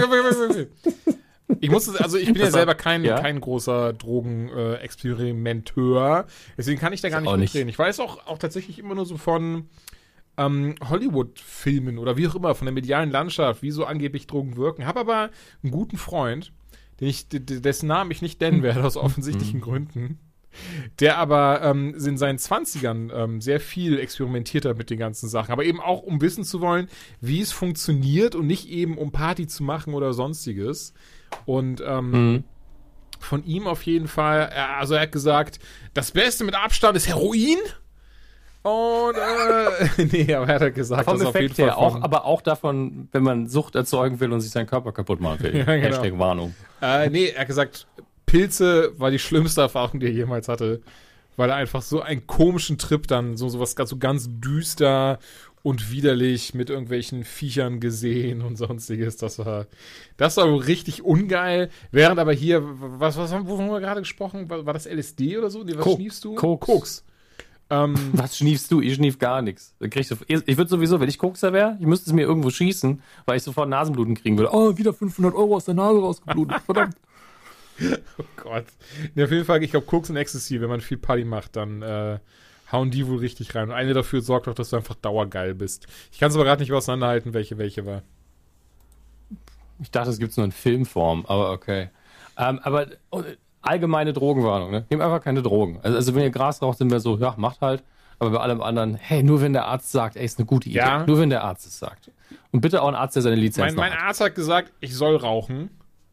Ich musste, also ich bin ja Das war- selber kein, ja? kein großer Drogenexperimenteur, deswegen kann ich da gar nicht auch nicht. mitreden. Ich weiß auch, auch tatsächlich immer nur so von ähm, Hollywood-Filmen oder wie auch immer, von der medialen Landschaft, wie so angeblich Drogen wirken. Habe aber einen guten Freund, den ich, d- d- dessen Namen ich nicht nennen werde, aus offensichtlichen Gründen, der aber ähm, in seinen Zwanzigern ähm, sehr viel experimentiert hat mit den ganzen Sachen, aber eben auch, um wissen zu wollen, wie es funktioniert und nicht eben, um Party zu machen oder sonstiges. Und ähm, Mhm. von ihm auf jeden Fall, er, also er hat gesagt, das Beste mit Abstand ist Heroin. Und, äh, nee, aber er hat halt gesagt, Vom dass auf jeden Effekt her Fall auch, von, aber auch davon, wenn man Sucht erzeugen will und sich seinen Körper kaputt machen will. Ja, genau. Hashtag Warnung. Äh, nee, er hat gesagt, Pilze war die schlimmste Erfahrung, die er jemals hatte. Weil er einfach so einen komischen Trip dann, so, so was ganz, so ganz düster und widerlich mit irgendwelchen Viechern gesehen und sonstiges. Das war, das war richtig ungeil. Während aber hier, was, was haben, wovon haben wir gerade gesprochen? War, war das L S D oder so? Nee, was Ko- schniefst du? Koks. Koks. Ähm, Was schniefst du? Ich schnief gar nichts. Dann kriegst du, ich würde sowieso, wenn ich Kokser wäre, ich müsste es mir irgendwo schießen, weil ich sofort Nasenbluten kriegen würde. Oh, wieder fünfhundert Euro aus der Nase rausgeblutet. Verdammt. Oh Gott. Nee, auf jeden Fall, ich glaube, Koks und Ecstasy, wenn man viel Party macht, dann äh, hauen die wohl richtig rein. Und eine dafür sorgt auch, dass du einfach dauergeil bist. Ich kann es aber gerade nicht auseinanderhalten, welche welche war. Ich dachte, es gibt nur in Filmform, aber okay. Ähm, aber oh, allgemeine Drogenwarnung, ne? Nehmt einfach keine Drogen. Also, also wenn ihr Gras raucht, sind wir so, ja, macht halt. Aber bei allem anderen, hey, nur wenn der Arzt sagt, ey, ist eine gute Idee. Ja. Nur wenn der Arzt es sagt. Und bitte auch ein Arzt, der seine Lizenz Mein, noch mein hat. Arzt hat gesagt, ich soll rauchen.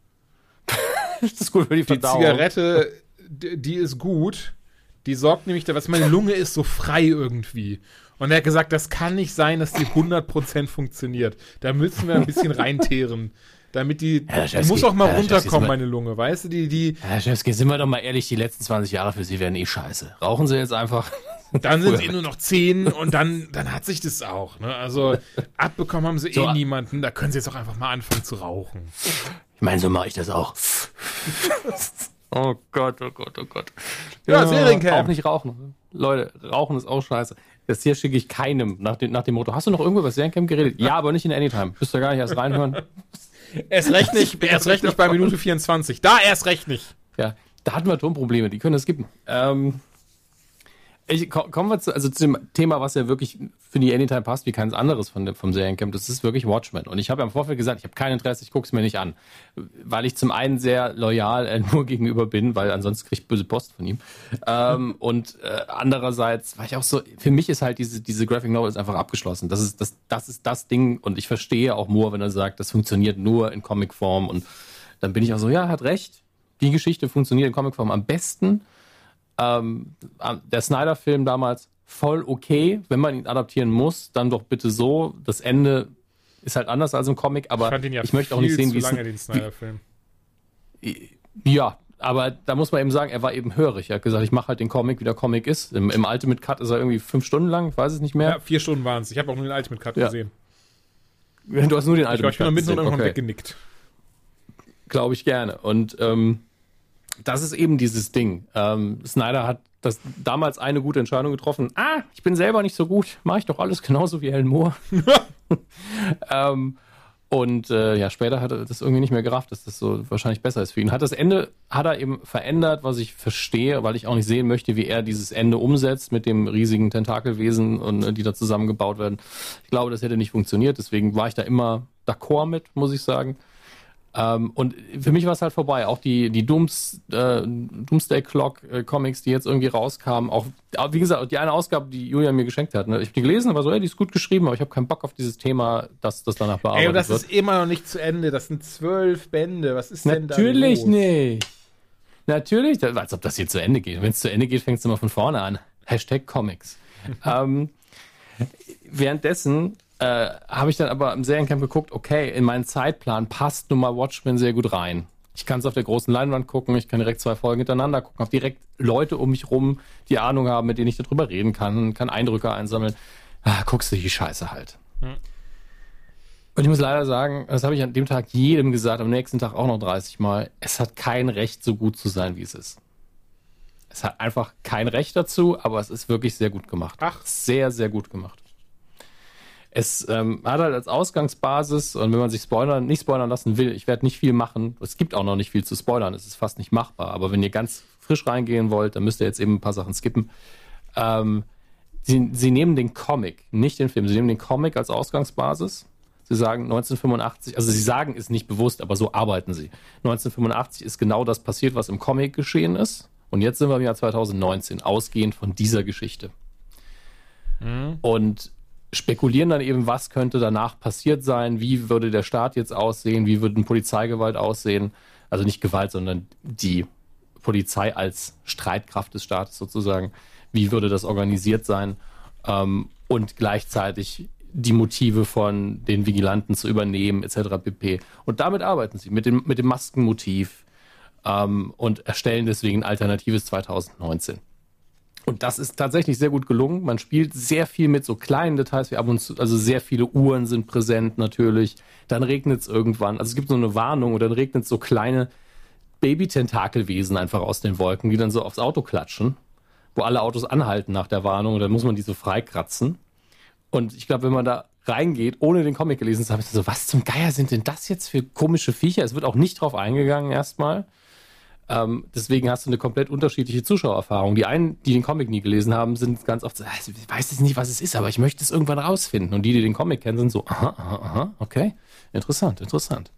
Das ist gut für die Die Verdauung. Zigarette, die, die ist gut. Die sorgt nämlich, dass meine Lunge ist so frei irgendwie. Und er hat gesagt, das kann nicht sein, dass die hundert Prozent funktioniert. Da müssen wir ein bisschen reinteeren. Damit die, Herr die Laschewski, muss auch mal Herr Laschewski, runterkommen, sind wir- meine Lunge. Weißt du, die, die, Herr Schewski, sind wir doch mal ehrlich, die letzten zwanzig Jahre für Sie werden eh scheiße. Rauchen Sie jetzt einfach. dann sind es eh nur noch zehn und dann, dann hat sich das auch. Ne? Also abbekommen haben sie So, eh niemanden. Da können sie jetzt auch einfach mal anfangen zu rauchen. Ich meine, so mache ich das auch. Oh Gott, oh Gott, oh Gott. Ja, Seriencamp. Auch nicht rauchen. Leute, Rauchen ist auch scheiße. Das hier schicke ich keinem nach dem, nach dem Motto. Hast du noch irgendwo über Seriencamp geredet? Ja, aber nicht in Anytime. Müsst ihr gar nicht erst reinhören. Erst recht nicht, erst recht nicht bei Minute vierundzwanzig. Da erst recht nicht. Ja, da hatten wir Tonprobleme, die können das skippen. Ähm, ich, ko- kommen wir zu, also zu dem Thema, was ja wirklich für die Anytime passt, wie keins anderes von dem, vom Seriencamp. Das ist wirklich Watchmen. Und ich habe ja im Vorfeld gesagt, ich habe kein Interesse, ich gucke es mir nicht an. Weil ich zum einen sehr loyal äh, nur gegenüber bin, weil ansonsten kriege ich böse Post von ihm. ähm, und äh, andererseits war ich auch so, für mich ist halt diese, diese Graphic Novel ist einfach abgeschlossen. Das ist das, das ist das Ding. Und ich verstehe auch Moore, wenn er sagt, das funktioniert nur in Comicform. Und dann bin ich auch so, ja, er hat recht. Die Geschichte funktioniert in Comicform am besten. Ähm, der Snyder-Film damals voll okay. Wenn man ihn adaptieren muss, dann doch bitte so. Das Ende ist halt anders als im Comic, aber Ich fand ihn ja ich möchte auch nicht viel sehen, zu wie es... lange, den Snyder-Film. Ja, aber da muss man eben sagen, er war eben hörig. Er hat gesagt, ich mache halt den Comic, wie der Comic ist. Im, im Ultimate Cut ist er irgendwie fünf Stunden lang, ich weiß es nicht mehr. Ja, vier Stunden waren es. Ich habe auch nur den Ultimate Cut Ja. gesehen. Du hast nur den Ich, Ultimate ich bin noch Cut mitten und gesehen, irgendwann okay. weggenickt. Glaube ich gerne. Und ähm, das ist eben dieses Ding. Ähm, Snyder hat das damals eine gute Entscheidung getroffen. Ah, ich bin selber nicht so gut. Mache ich doch alles genauso wie Alan Moore. ähm, und äh, ja, später hat er das irgendwie nicht mehr gerafft, dass das so wahrscheinlich besser ist für ihn. Hat das Ende, hat er eben verändert, was ich verstehe, weil ich auch nicht sehen möchte, wie er dieses Ende umsetzt mit dem riesigen Tentakelwesen und äh, die da zusammengebaut werden. Ich glaube, das hätte nicht funktioniert. Deswegen war ich da immer d'accord mit, muss ich sagen. Ähm, und für mich war es halt vorbei. Auch die, die Dooms, äh, Doomsday Clock äh, Comics, die jetzt irgendwie rauskamen, auch, auch, wie gesagt, die eine Ausgabe, die Julia mir geschenkt hat, ne? Ich habe die gelesen, war so, ey, die ist gut geschrieben, aber ich habe keinen Bock auf dieses Thema, dass das danach bearbeitet Ey, und das wird. ist immer noch nicht zu Ende. Das sind zwölf Bände. Was ist denn da Natürlich los? nicht. Natürlich, da- als ob das hier zu Ende geht. Wenn es zu Ende geht, fängt es immer von vorne an. Hashtag Comics. ähm, währenddessen äh, habe ich dann aber im Seriencamp geguckt, okay, in meinen Zeitplan passt nun mal Watchmen sehr gut rein. Ich kann es auf der großen Leinwand gucken, ich kann direkt zwei Folgen hintereinander gucken, habe direkt Leute um mich rum, die Ahnung haben, mit denen ich darüber reden kann, kann Eindrücke einsammeln. Ah, guckst du die Scheiße halt. Hm. Und ich muss leider sagen, das habe ich an dem Tag jedem gesagt, am nächsten Tag auch noch dreißig Mal, es hat kein Recht, so gut zu sein, wie es ist. Es hat einfach kein Recht dazu, aber es ist wirklich sehr gut gemacht. Ach. Sehr, sehr gut gemacht. Es ähm, hat halt als Ausgangsbasis, und wenn man sich spoilern, nicht spoilern lassen will, ich werde nicht viel machen, es gibt auch noch nicht viel zu spoilern, es ist fast nicht machbar, aber wenn ihr ganz frisch reingehen wollt, dann müsst ihr jetzt eben ein paar Sachen skippen. Ähm, sie, sie nehmen den Comic, nicht den Film, sie nehmen den Comic als Ausgangsbasis. Sie sagen neunzehnhundertfünfundachtzig, also sie sagen es nicht bewusst, aber so arbeiten sie. neunzehnhundertfünfundachtzig ist genau das passiert, was im Comic geschehen ist. Und jetzt sind wir im Jahr zweitausendneunzehn, ausgehend von dieser Geschichte. Mhm. Und spekulieren dann eben, was könnte danach passiert sein, wie würde der Staat jetzt aussehen, wie würde eine Polizeigewalt aussehen. Also nicht Gewalt, sondern die Polizei als Streitkraft des Staates sozusagen. Wie würde das organisiert sein? Ähm, und gleichzeitig die Motive von den Vigilanten zu übernehmen, et cetera pp. Und damit arbeiten sie, mit dem, mit dem Maskenmotiv ähm, und erstellen deswegen ein alternatives zweitausendneunzehn. Und das ist tatsächlich sehr gut gelungen. Man spielt sehr viel mit so kleinen Details wie ab und zu, also sehr viele Uhren sind präsent natürlich. Dann regnet es irgendwann. Also es gibt so eine Warnung und dann regnet es so kleine Baby-Tentakelwesen einfach aus den Wolken, die dann so aufs Auto klatschen, wo alle Autos anhalten nach der Warnung und dann muss man die so freikratzen. Und ich glaube, wenn man da reingeht, ohne den Comic gelesen zu haben, ist so, was zum Geier sind denn das jetzt für komische Viecher? Es wird auch nicht drauf eingegangen erstmal. Ähm, deswegen hast du eine komplett unterschiedliche Zuschauererfahrung. Die einen, die den Comic nie gelesen haben, sind ganz oft so, ich weiß jetzt nicht, was es ist, aber ich möchte es irgendwann rausfinden. Und die, die den Comic kennen, sind so, aha, aha, aha, okay, interessant, interessant.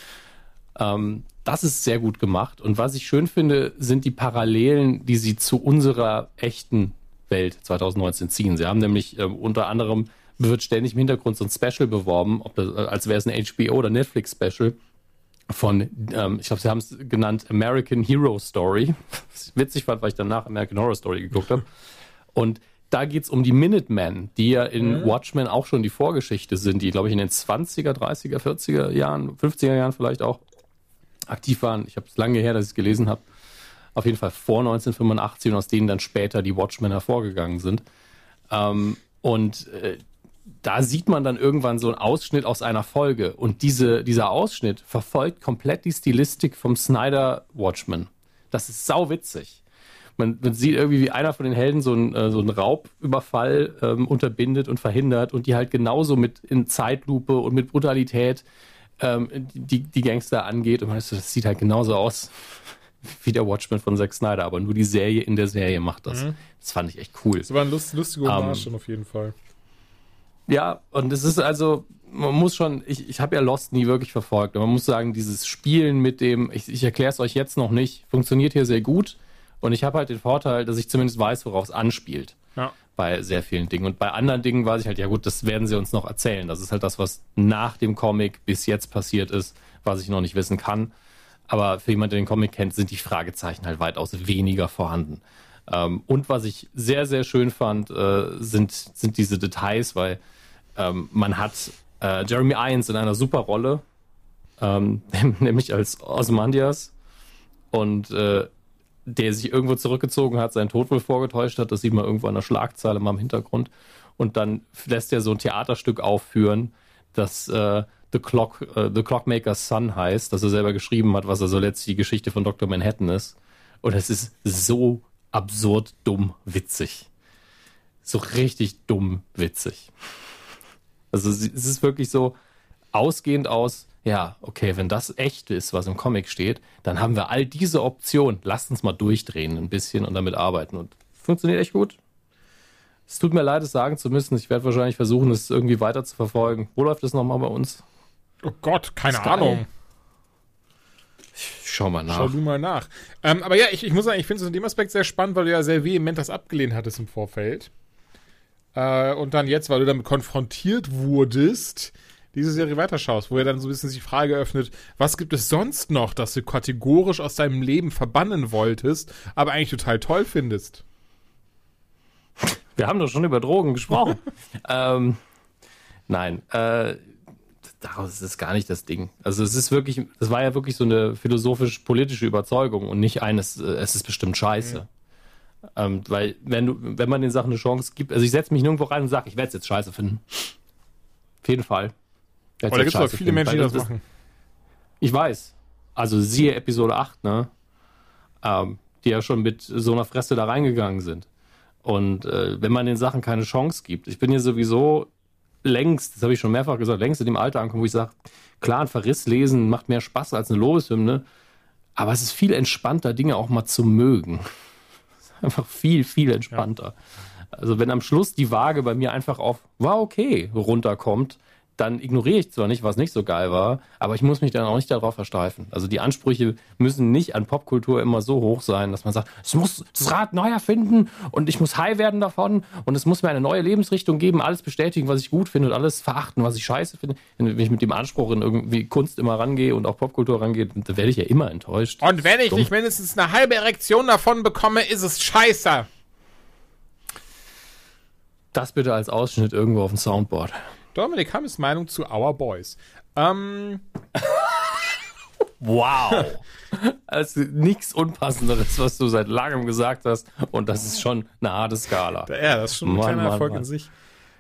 Ähm, das ist sehr gut gemacht. Und was ich schön finde, sind die Parallelen, die sie zu unserer echten Welt zwanzig neunzehn ziehen. Sie haben nämlich äh, unter anderem, wird ständig im Hintergrund so ein Special beworben, ob das, als wäre es ein H B O oder Netflix-Special. Von, ähm, ich glaube, sie haben es genannt American Hero Story. Was ich witzig fand, weil ich danach American Horror Story geguckt habe. Und da geht's um die Minutemen, die ja in mhm. Watchmen auch schon die Vorgeschichte sind, die, glaube ich, in den zwanziger, dreißiger, vierziger Jahren, fünfziger Jahren vielleicht auch aktiv waren. Ich habe es lange her, dass ich es gelesen habe. Auf jeden Fall vor neunzehnhundertfünfundachtzig und aus denen dann später die Watchmen hervorgegangen sind. Ähm, und äh, da sieht man dann irgendwann so einen Ausschnitt aus einer Folge. Und diese, dieser Ausschnitt verfolgt komplett die Stilistik vom Snyder Watchmen. Das ist sauwitzig. Man, man sieht irgendwie, wie einer von den Helden so einen, äh, so einen Raubüberfall ähm, unterbindet und verhindert und die halt genauso mit in Zeitlupe und mit Brutalität ähm, die, die Gangster angeht. Und man ist so, das sieht halt genauso aus wie der Watchmen von Zack Snyder. Aber nur die Serie in der Serie macht das. Mhm. Das fand ich echt cool. Das war ein lust, lustiger Hommage um, auf jeden Fall. Ja, und es ist also, man muss schon, ich, ich habe ja Lost nie wirklich verfolgt, aber man muss sagen, dieses Spielen mit dem, ich, ich erkläre es euch jetzt noch nicht, funktioniert hier sehr gut und ich habe halt den Vorteil, dass ich zumindest weiß, worauf es anspielt. Ja. Bei sehr vielen Dingen. Und bei anderen Dingen weiß ich halt, ja gut, das werden sie uns noch erzählen. Das ist halt das, was nach dem Comic bis jetzt passiert ist, was ich noch nicht wissen kann. Aber für jemanden, der den Comic kennt, sind die Fragezeichen halt weitaus weniger vorhanden. Ähm, und was ich sehr, sehr schön fand, äh, sind, sind diese Details, weil Ähm, man hat äh, Jeremy Irons in einer super Rolle, ähm, nämlich als Ozymandias und äh, der sich irgendwo zurückgezogen hat, seinen Tod wohl vorgetäuscht hat, das sieht man irgendwo an der Schlagzeile mal im Hintergrund und dann lässt er so ein Theaterstück aufführen, das äh, The Clock, äh, The Clockmaker's Son heißt, das er selber geschrieben hat, was also letztlich die Geschichte von Doktor Manhattan ist und es ist so absurd dumm witzig. So richtig dumm witzig. Also es ist wirklich so ausgehend aus, ja, okay, wenn das echt ist, was im Comic steht, dann haben wir all diese Optionen. Lasst uns mal durchdrehen ein bisschen und damit arbeiten. Und funktioniert echt gut. Es tut mir leid, es sagen zu müssen. Ich werde wahrscheinlich versuchen, es irgendwie weiter zu verfolgen. Wo läuft es nochmal bei uns? Oh Gott, keine Sky. Ahnung. Schau mal nach. Schau du mal nach. Ähm, aber ja, ich, ich muss sagen, ich finde es in dem Aspekt sehr spannend, weil du ja sehr vehement das abgelehnt hattest im Vorfeld. Und dann jetzt, weil du damit konfrontiert wurdest, diese Serie weiterschaust, wo er dann so ein bisschen sich die Frage öffnet, was gibt es sonst noch, das du kategorisch aus deinem Leben verbannen wolltest, aber eigentlich total toll findest? Wir haben doch schon über Drogen gesprochen. ähm, nein, äh, daraus ist es gar nicht das Ding. Also es ist wirklich, das war ja wirklich so eine philosophisch-politische Überzeugung und nicht eines, äh, es ist bestimmt scheiße. Mhm. Ähm, weil, wenn du, wenn man den Sachen eine Chance gibt, also ich setze mich nirgendwo rein und sage, ich werde es jetzt scheiße finden. Auf jeden Fall. Aber da gibt es auch viele finden, Menschen, die das, das machen. Ich weiß. Also siehe Episode acht, ne? Ähm, die ja schon mit so einer Fresse da reingegangen sind. Und äh, wenn man den Sachen keine Chance gibt, ich bin hier sowieso längst, das habe ich schon mehrfach gesagt, längst in dem Alter angekommen, wo ich sage, klar, ein Verriss lesen macht mehr Spaß als eine Lobeshymne, aber es ist viel entspannter, Dinge auch mal zu mögen. Einfach viel, viel entspannter. Ja. Also wenn am Schluss die Waage bei mir einfach auf war okay runterkommt, dann ignoriere ich zwar nicht, was nicht so geil war, aber ich muss mich dann auch nicht darauf versteifen. Also die Ansprüche müssen nicht an Popkultur immer so hoch sein, dass man sagt, es muss das Rad neu erfinden und ich muss high werden davon und es muss mir eine neue Lebensrichtung geben, alles bestätigen, was ich gut finde und alles verachten, was ich scheiße finde. Wenn ich mit dem Anspruch in irgendwie Kunst immer rangehe und auch Popkultur rangehe, dann werde ich ja immer enttäuscht. Und wenn ich Dumm. nicht mindestens eine halbe Erektion davon bekomme, ist es scheiße. Das bitte als Ausschnitt irgendwo auf dem Soundboard. Dominik Hammes Meinung zu Our Boys. Ähm, wow. Also nichts Unpassenderes, was du seit langem gesagt hast. Und das ist schon eine harte Skala. Ja, das ist schon ein Mann, kleiner Mann, Erfolg Mann. in sich.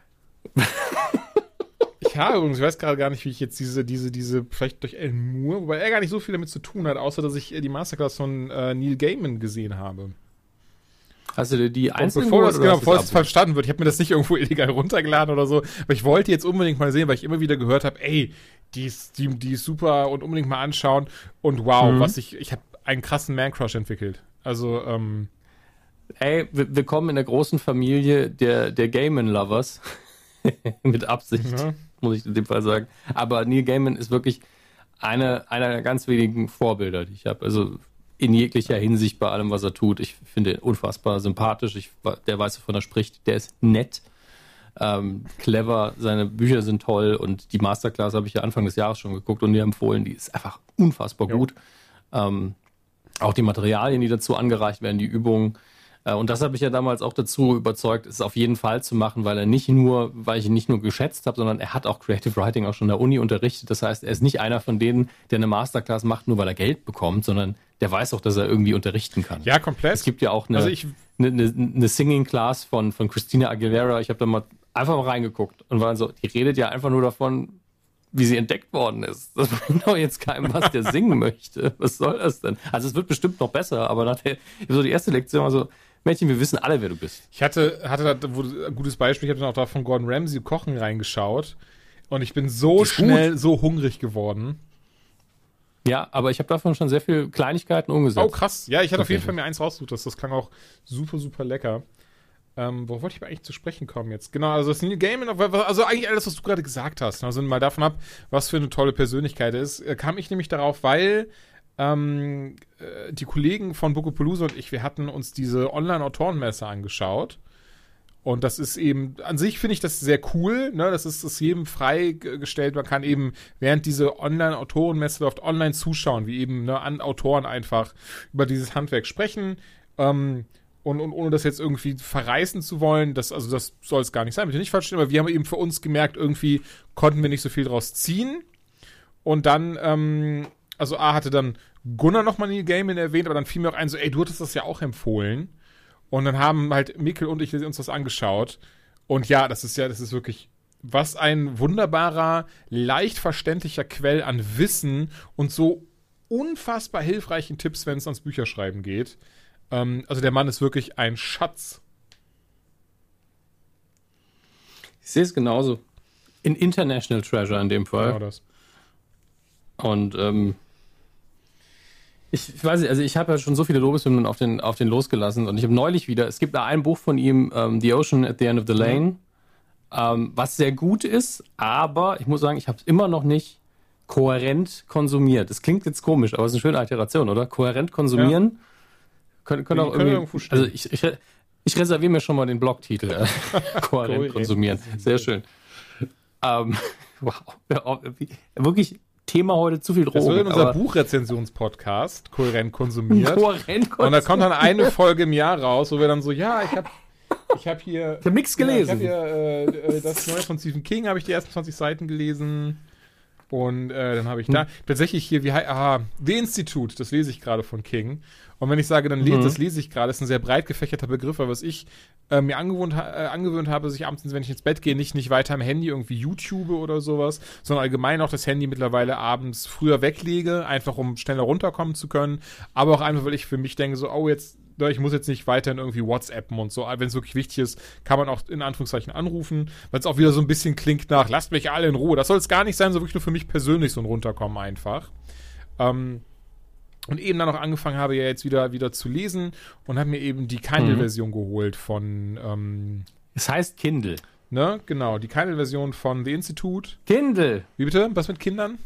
Ich habe übrigens, ich weiß gerade gar nicht, wie ich jetzt diese, diese, diese, vielleicht durch Alan Moore, wobei er gar nicht so viel damit zu tun hat, außer dass ich die Masterclass von äh, Neil Gaiman gesehen habe. Hast du dir die Und einzelnen bevor geholt, das, oder genau, hast du bevor das es Abo? verstanden wird, ich habe mir das nicht irgendwo illegal runtergeladen oder so, aber ich wollte jetzt unbedingt mal sehen, weil ich immer wieder gehört habe, ey, die ist, die, die ist super und unbedingt mal anschauen und wow, Mhm. was ich, ich habe einen krassen Man-Crush entwickelt. Also, ähm, Ey, wir- willkommen in der großen Familie der, der Gaiman-Lovers. Mit Absicht, Ja. muss ich in dem Fall sagen. Aber Neil Gaiman ist wirklich eine, einer der ganz wenigen Vorbilder, die ich habe. Also in jeglicher Hinsicht bei allem, was er tut. Ich finde ihn unfassbar sympathisch. Ich, der weiß, wovon er spricht. Der ist nett, ähm, clever. Seine Bücher sind toll. Und die Masterclass habe ich ja Anfang des Jahres schon geguckt und dir empfohlen. Die ist einfach unfassbar Jo. gut. Ähm, auch die Materialien, die dazu angereicht werden, die Übungen. Äh, Und das habe ich ja damals auch dazu überzeugt, es auf jeden Fall zu machen, weil er nicht nur, weil ich ihn nicht nur geschätzt habe, sondern er hat auch Creative Writing auch schon an der Uni unterrichtet. Das heißt, er ist nicht einer von denen, der eine Masterclass macht, nur weil er Geld bekommt, sondern der weiß auch, dass er irgendwie unterrichten kann. ja, komplett. Es gibt ja auch eine, Also ich- eine, eine, eine Singing Class von, von Christina Aguilera. Ich habe da mal einfach mal reingeguckt und war so, die redet ja einfach nur davon, wie sie entdeckt worden ist. Das bringt doch jetzt keinem was, der singen möchte. Was soll das denn? Also es wird bestimmt noch besser, aber nach der, so die erste Lektion war so, Mädchen, wir wissen alle, wer du bist. Ich hatte, hatte da wo, ein gutes Beispiel, ich habe dann auch da von Gordon Ramsay Kochen reingeschaut und ich bin so Ist schnell so hungrig geworden. Ja, aber ich habe davon schon sehr viele Kleinigkeiten umgesetzt. Oh, krass. Ja, ich hatte auf jeden Tatsächlich. Fall mir eins rausgesucht. Das, das klang auch super, super lecker. Ähm, wo wollte ich aber eigentlich zu sprechen kommen jetzt? Genau, also das Neil Gaiman, also eigentlich alles, was du gerade gesagt hast. Also mal davon ab, was für eine tolle Persönlichkeit er ist, äh, kam ich nämlich darauf, weil ähm, äh, die Kollegen von Bukopalooza und ich, wir hatten uns diese Online-Autorenmesse angeschaut. Und das ist eben, an sich finde ich das sehr cool, ne? Das ist, ist jedem freigestellt. Man kann eben, während diese Online-Autorenmesse läuft, online zuschauen, wie eben ne, an Autoren einfach über dieses Handwerk sprechen. Ähm, und, und ohne das jetzt irgendwie verreißen zu wollen, das, also das soll es gar nicht sein, bitte nicht falsch verstehen, aber wir haben eben für uns gemerkt, irgendwie konnten wir nicht so viel draus ziehen. Und dann, ähm, also A hatte dann Gunnar nochmal Neil Gaiman erwähnt, aber dann fiel mir auch ein, so, ey, du hattest das ja auch empfohlen. Und dann haben halt Mikkel und ich uns das angeschaut. Und ja, das ist ja, das ist wirklich, was ein wunderbarer, leicht verständlicher Quell an Wissen und so unfassbar hilfreichen Tipps, wenn es ans Bücherschreiben geht. Ähm, also der Mann ist wirklich ein Schatz. Ich sehe es genauso. In International Treasure in dem Fall. Genau das. Und ähm, ich, ich weiß nicht, also ich habe ja schon so viele Lobeshymnen auf den, auf den losgelassen und ich habe neulich wieder, es gibt da ein Buch von ihm, ähm, The Ocean at the End of the Lane, mhm. ähm, was sehr gut ist, aber ich muss sagen, ich habe es immer noch nicht kohärent konsumiert. Das klingt jetzt komisch, aber es ist eine schöne Alteration, oder? Kohärent konsumieren. Ja. Können, können auch können irgendwie, also ich, ich, ich reserviere mir schon mal den Blogtitel. Äh, kohärent konsumieren. Sehr schön. Ähm, wow. Wirklich Thema heute zu viel Drogen. Das wird in unser Buchrezensionspodcast kohärent konsumiert. Kohärent konsumiert. Und da kommt dann eine Folge im Jahr raus, wo wir dann so, ja, ich habe ich hab hier... Ich habe nichts gelesen. Ja, ich habe hier äh, das Neue von Stephen King, habe ich die ersten zwanzig Seiten gelesen. Und äh, dann habe ich da tatsächlich hier, wie ah, The Institute, das lese ich gerade von King. Und wenn ich sage, dann lese, mhm. das lese ich gerade, ist ein sehr breit gefächerter Begriff, weil was ich äh, mir angewohnt, äh, angewöhnt habe, dass ich abends, wenn ich ins Bett gehe, nicht, nicht weiter am Handy irgendwie YouTube oder sowas, sondern allgemein auch das Handy mittlerweile abends früher weglege, einfach um schneller runterkommen zu können. Aber auch einfach, weil ich für mich denke, so, oh, jetzt, ich muss jetzt nicht weiterhin irgendwie WhatsAppen und so. Wenn es wirklich wichtig ist, kann man auch in Anführungszeichen anrufen, weil es auch wieder so ein bisschen klingt nach, lasst mich alle in Ruhe. Das soll es gar nicht sein, so wirklich nur für mich persönlich so ein Runterkommen einfach. Ähm, und eben dann auch angefangen habe, ja jetzt wieder, wieder zu lesen und habe mir eben die Kindle-Version mhm. geholt von ähm, es heißt Kindle. Ne, genau, die Kindle-Version von The Institute. Kindle! Wie bitte? Was mit Kindern?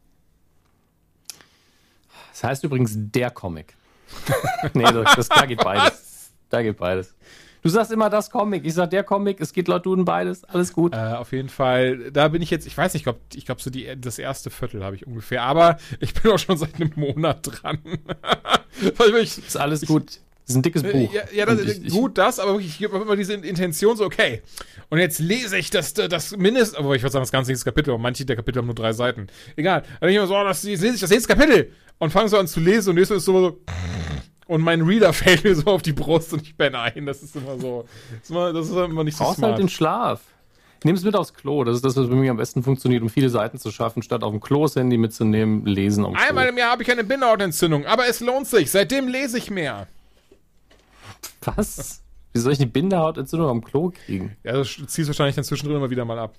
Das heißt übrigens der Comic. Nee, das, das, da geht beides. Da geht beides. Du sagst immer das Comic, ich sag der Comic, es geht laut Duden beides, alles gut. Äh, auf jeden Fall, da bin ich jetzt, ich weiß nicht, ich glaube, ich glaub, so die, das erste Viertel habe ich ungefähr, aber ich bin auch schon seit einem Monat dran. Weil ich, ist alles gut. Das ist ein dickes Buch. Ja, ja das, ich, gut, das, aber wirklich, ich habe immer diese Intention so, okay, und jetzt lese ich das, das Mindest, aber ich würde sagen, das ganze nächste Kapitel, aber manche der Kapitel haben nur drei Seiten. Egal. Dann denke ich immer so, oh, das, jetzt lese ich das nächste Kapitel und fange so an zu lesen und lese ist so, und mein Reader fällt mir so auf die Brust und ich penne ein. Das ist immer so, das ist immer, das ist immer nicht so brauchst smart. Halt den Schlaf. Nimm es mit aufs Klo. Das ist das, was bei mir am besten funktioniert, um viele Seiten zu schaffen, statt auf dem Klo das Handy mitzunehmen, lesen am Klo. Einmal im Jahr habe ich eine Bindehautentzündung, aber es lohnt sich. Seitdem lese ich mehr. Was? Wie soll ich eine Bindehautentzündung am Klo kriegen? Ja, das ziehst wahrscheinlich dann zwischendrin immer wieder mal ab.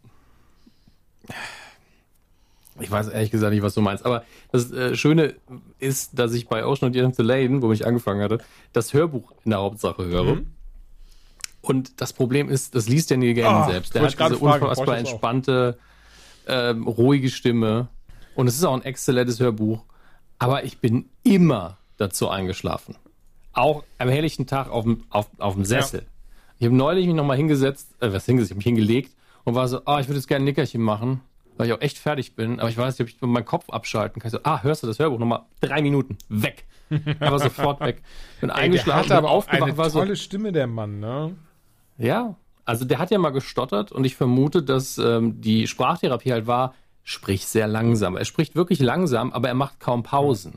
Ich weiß ehrlich gesagt nicht, was du meinst. Aber das äh, Schöne ist, dass ich bei Ocean und the End of the Lane, wo ich angefangen hatte, das Hörbuch in der Hauptsache höre. Mhm. Und das Problem ist, das liest der Neil Gaiman oh, selbst. Der hat diese unfassbar entspannte, ähm, ruhige Stimme. Und es ist auch ein exzellentes Hörbuch. Aber ich bin immer dazu eingeschlafen. Auch am helllichten Tag auf dem, auf, auf dem Sessel. Ja. Ich habe neulich mich nochmal hingesetzt, äh, was hingesetzt, ich habe mich hingelegt und war so, ah, ich würde jetzt gerne ein Nickerchen machen, weil ich auch echt fertig bin, aber ich weiß nicht, ob ich meinen Kopf abschalten kann. Ich so, ah, hörst du das Hörbuch? Nochmal drei Minuten, weg. Aber sofort weg. Bin Ey, eingeschlafen, der hat aber bin auch eine war tolle so, Stimme, der Mann, ne? Ja, also der hat ja mal gestottert und ich vermute, dass ähm, die Sprachtherapie halt war, sprich sehr langsam. Er spricht wirklich langsam, aber er macht kaum Pausen.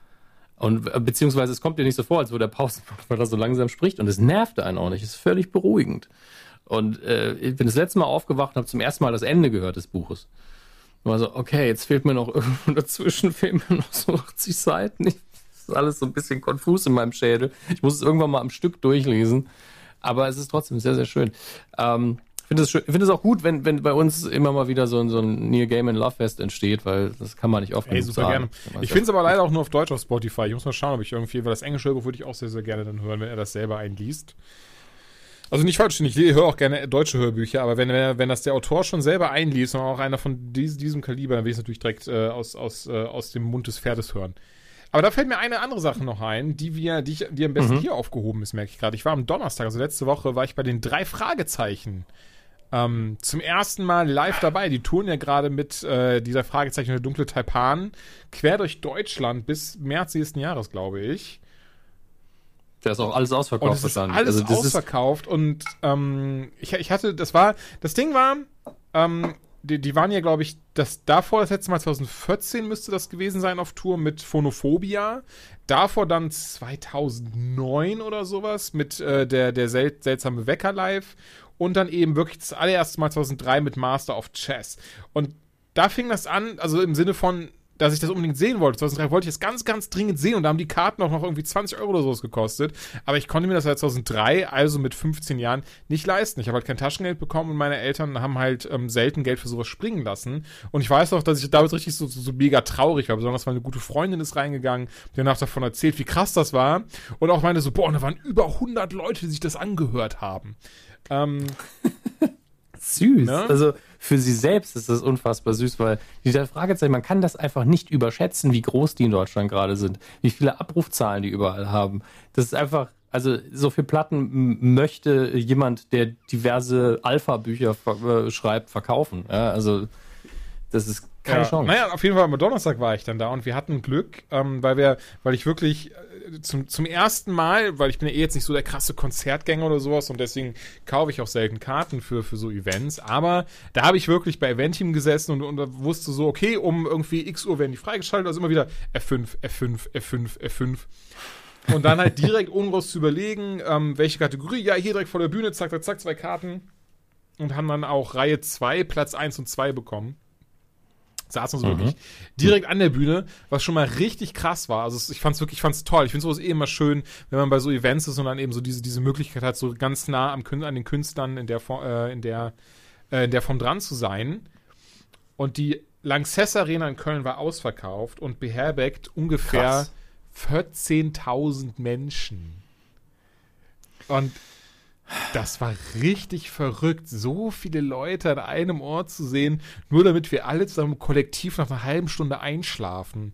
Und beziehungsweise es kommt dir nicht so vor, als würde er Pausen machen, weil er so langsam spricht. Und es nervt einen auch nicht. Es ist völlig beruhigend. Und äh, ich bin das letzte Mal aufgewacht und habe zum ersten Mal das Ende gehört des Buches. Und war so, okay, jetzt fehlt mir noch irgendwo dazwischen, fehlen mir noch so achtzig Seiten. Das ist alles so ein bisschen konfus in meinem Schädel. Ich muss es irgendwann mal am Stück durchlesen. Aber es ist trotzdem sehr, sehr schön. Ähm, Ich finde es schön, ich finde es auch gut, wenn, wenn bei uns immer mal wieder so ein, so ein Neil Gaiman Love Fest entsteht, weil das kann man nicht oft Ey, super sagen. Gerne. Ich finde es aber leider auch nur auf Deutsch auf Spotify. Ich muss mal schauen, ob ich irgendwie, weil das englische Hörbuch würde ich auch sehr, sehr gerne dann hören, wenn er das selber einliest. Also nicht falsch, ich höre auch gerne deutsche Hörbücher, aber wenn, wenn, wenn das der Autor schon selber einliest und auch einer von dies, diesem Kaliber, dann will ich es natürlich direkt äh, aus, aus, äh, aus dem Mund des Pferdes hören. Aber da fällt mir eine andere Sache noch ein, die wir, die, ich, die am besten mhm. hier aufgehoben ist, merke ich gerade. Ich war am Donnerstag, also letzte Woche, war ich bei den drei Fragezeichen ähm, zum ersten Mal live dabei. Die touren ja gerade mit äh, dieser Fragezeichen der dunkle Taipan quer durch Deutschland bis März nächsten Jahres, glaube ich. Der ist auch alles ausverkauft. Und es ist alles also, das ausverkauft ist und ähm, ich, ich hatte, das war, das Ding war, ähm, Die, die waren ja, glaube ich, das davor, das letzte Mal zwanzig vierzehn müsste das gewesen sein auf Tour mit Phonophobia. Davor dann zweitausendneun oder sowas mit äh, der, der sel- seltsame Wecker live. Und dann eben wirklich das allererste Mal zweitausenddrei mit Master of Chess. Und da fing das an, also im Sinne von, dass ich das unbedingt sehen wollte. zweitausenddrei wollte ich das ganz, ganz dringend sehen und da haben die Karten auch noch irgendwie zwanzig Euro oder sowas gekostet. Aber ich konnte mir das seit zweitausenddrei, also mit fünfzehn Jahren, nicht leisten. Ich habe halt kein Taschengeld bekommen und meine Eltern haben halt ähm, selten Geld für sowas springen lassen. Und ich weiß auch, dass ich damals richtig so, so, so mega traurig war, besonders weil eine gute Freundin ist reingegangen, die danach davon erzählt, wie krass das war. Und auch meinte so, boah, da waren über hundert Leute, die sich das angehört haben. Ähm... Süß. Ne? Also für sie selbst ist das unfassbar süß, weil die drei Fragezeichen, man kann das einfach nicht überschätzen, wie groß die in Deutschland gerade sind, wie viele Abrufzahlen die überall haben. Das ist einfach, also so viel Platten m- möchte jemand, der diverse Alpha-Bücher ver- äh, schreibt, verkaufen. Ja, also das ist keine ja. Chance. Naja, auf jeden Fall am Donnerstag war ich dann da und wir hatten Glück, ähm, weil wir, weil ich wirklich äh, zum, zum ersten Mal, weil ich bin ja eh jetzt nicht so der krasse Konzertgänger oder sowas und deswegen kaufe ich auch selten Karten für, für so Events, aber da habe ich wirklich bei Eventim gesessen und, und wusste so, okay, um irgendwie x Uhr werden die freigeschaltet, also immer wieder F fünf, F fünf, F fünf, F fünf. Und dann halt direkt ohne groß zu überlegen, ähm, welche Kategorie, ja, hier direkt vor der Bühne, zack, zack, zack, zwei Karten und haben dann auch Reihe zwei, Platz eins und zwei bekommen. Saßen so mhm. wirklich direkt an der Bühne, was schon mal richtig krass war. Also ich fand's wirklich, ich fand's toll. Ich finde sowas eh immer schön, wenn man bei so Events ist und dann eben so diese, diese Möglichkeit hat, so ganz nah am, an den Künstlern in der, äh, in der, äh, in der Form dran zu sein. Und die Lanxess Arena in Köln war ausverkauft und beherbergt ungefähr krass. vierzehntausend Menschen. Und das war richtig verrückt, so viele Leute an einem Ort zu sehen, nur damit wir alle zusammen kollektiv nach einer halben Stunde einschlafen.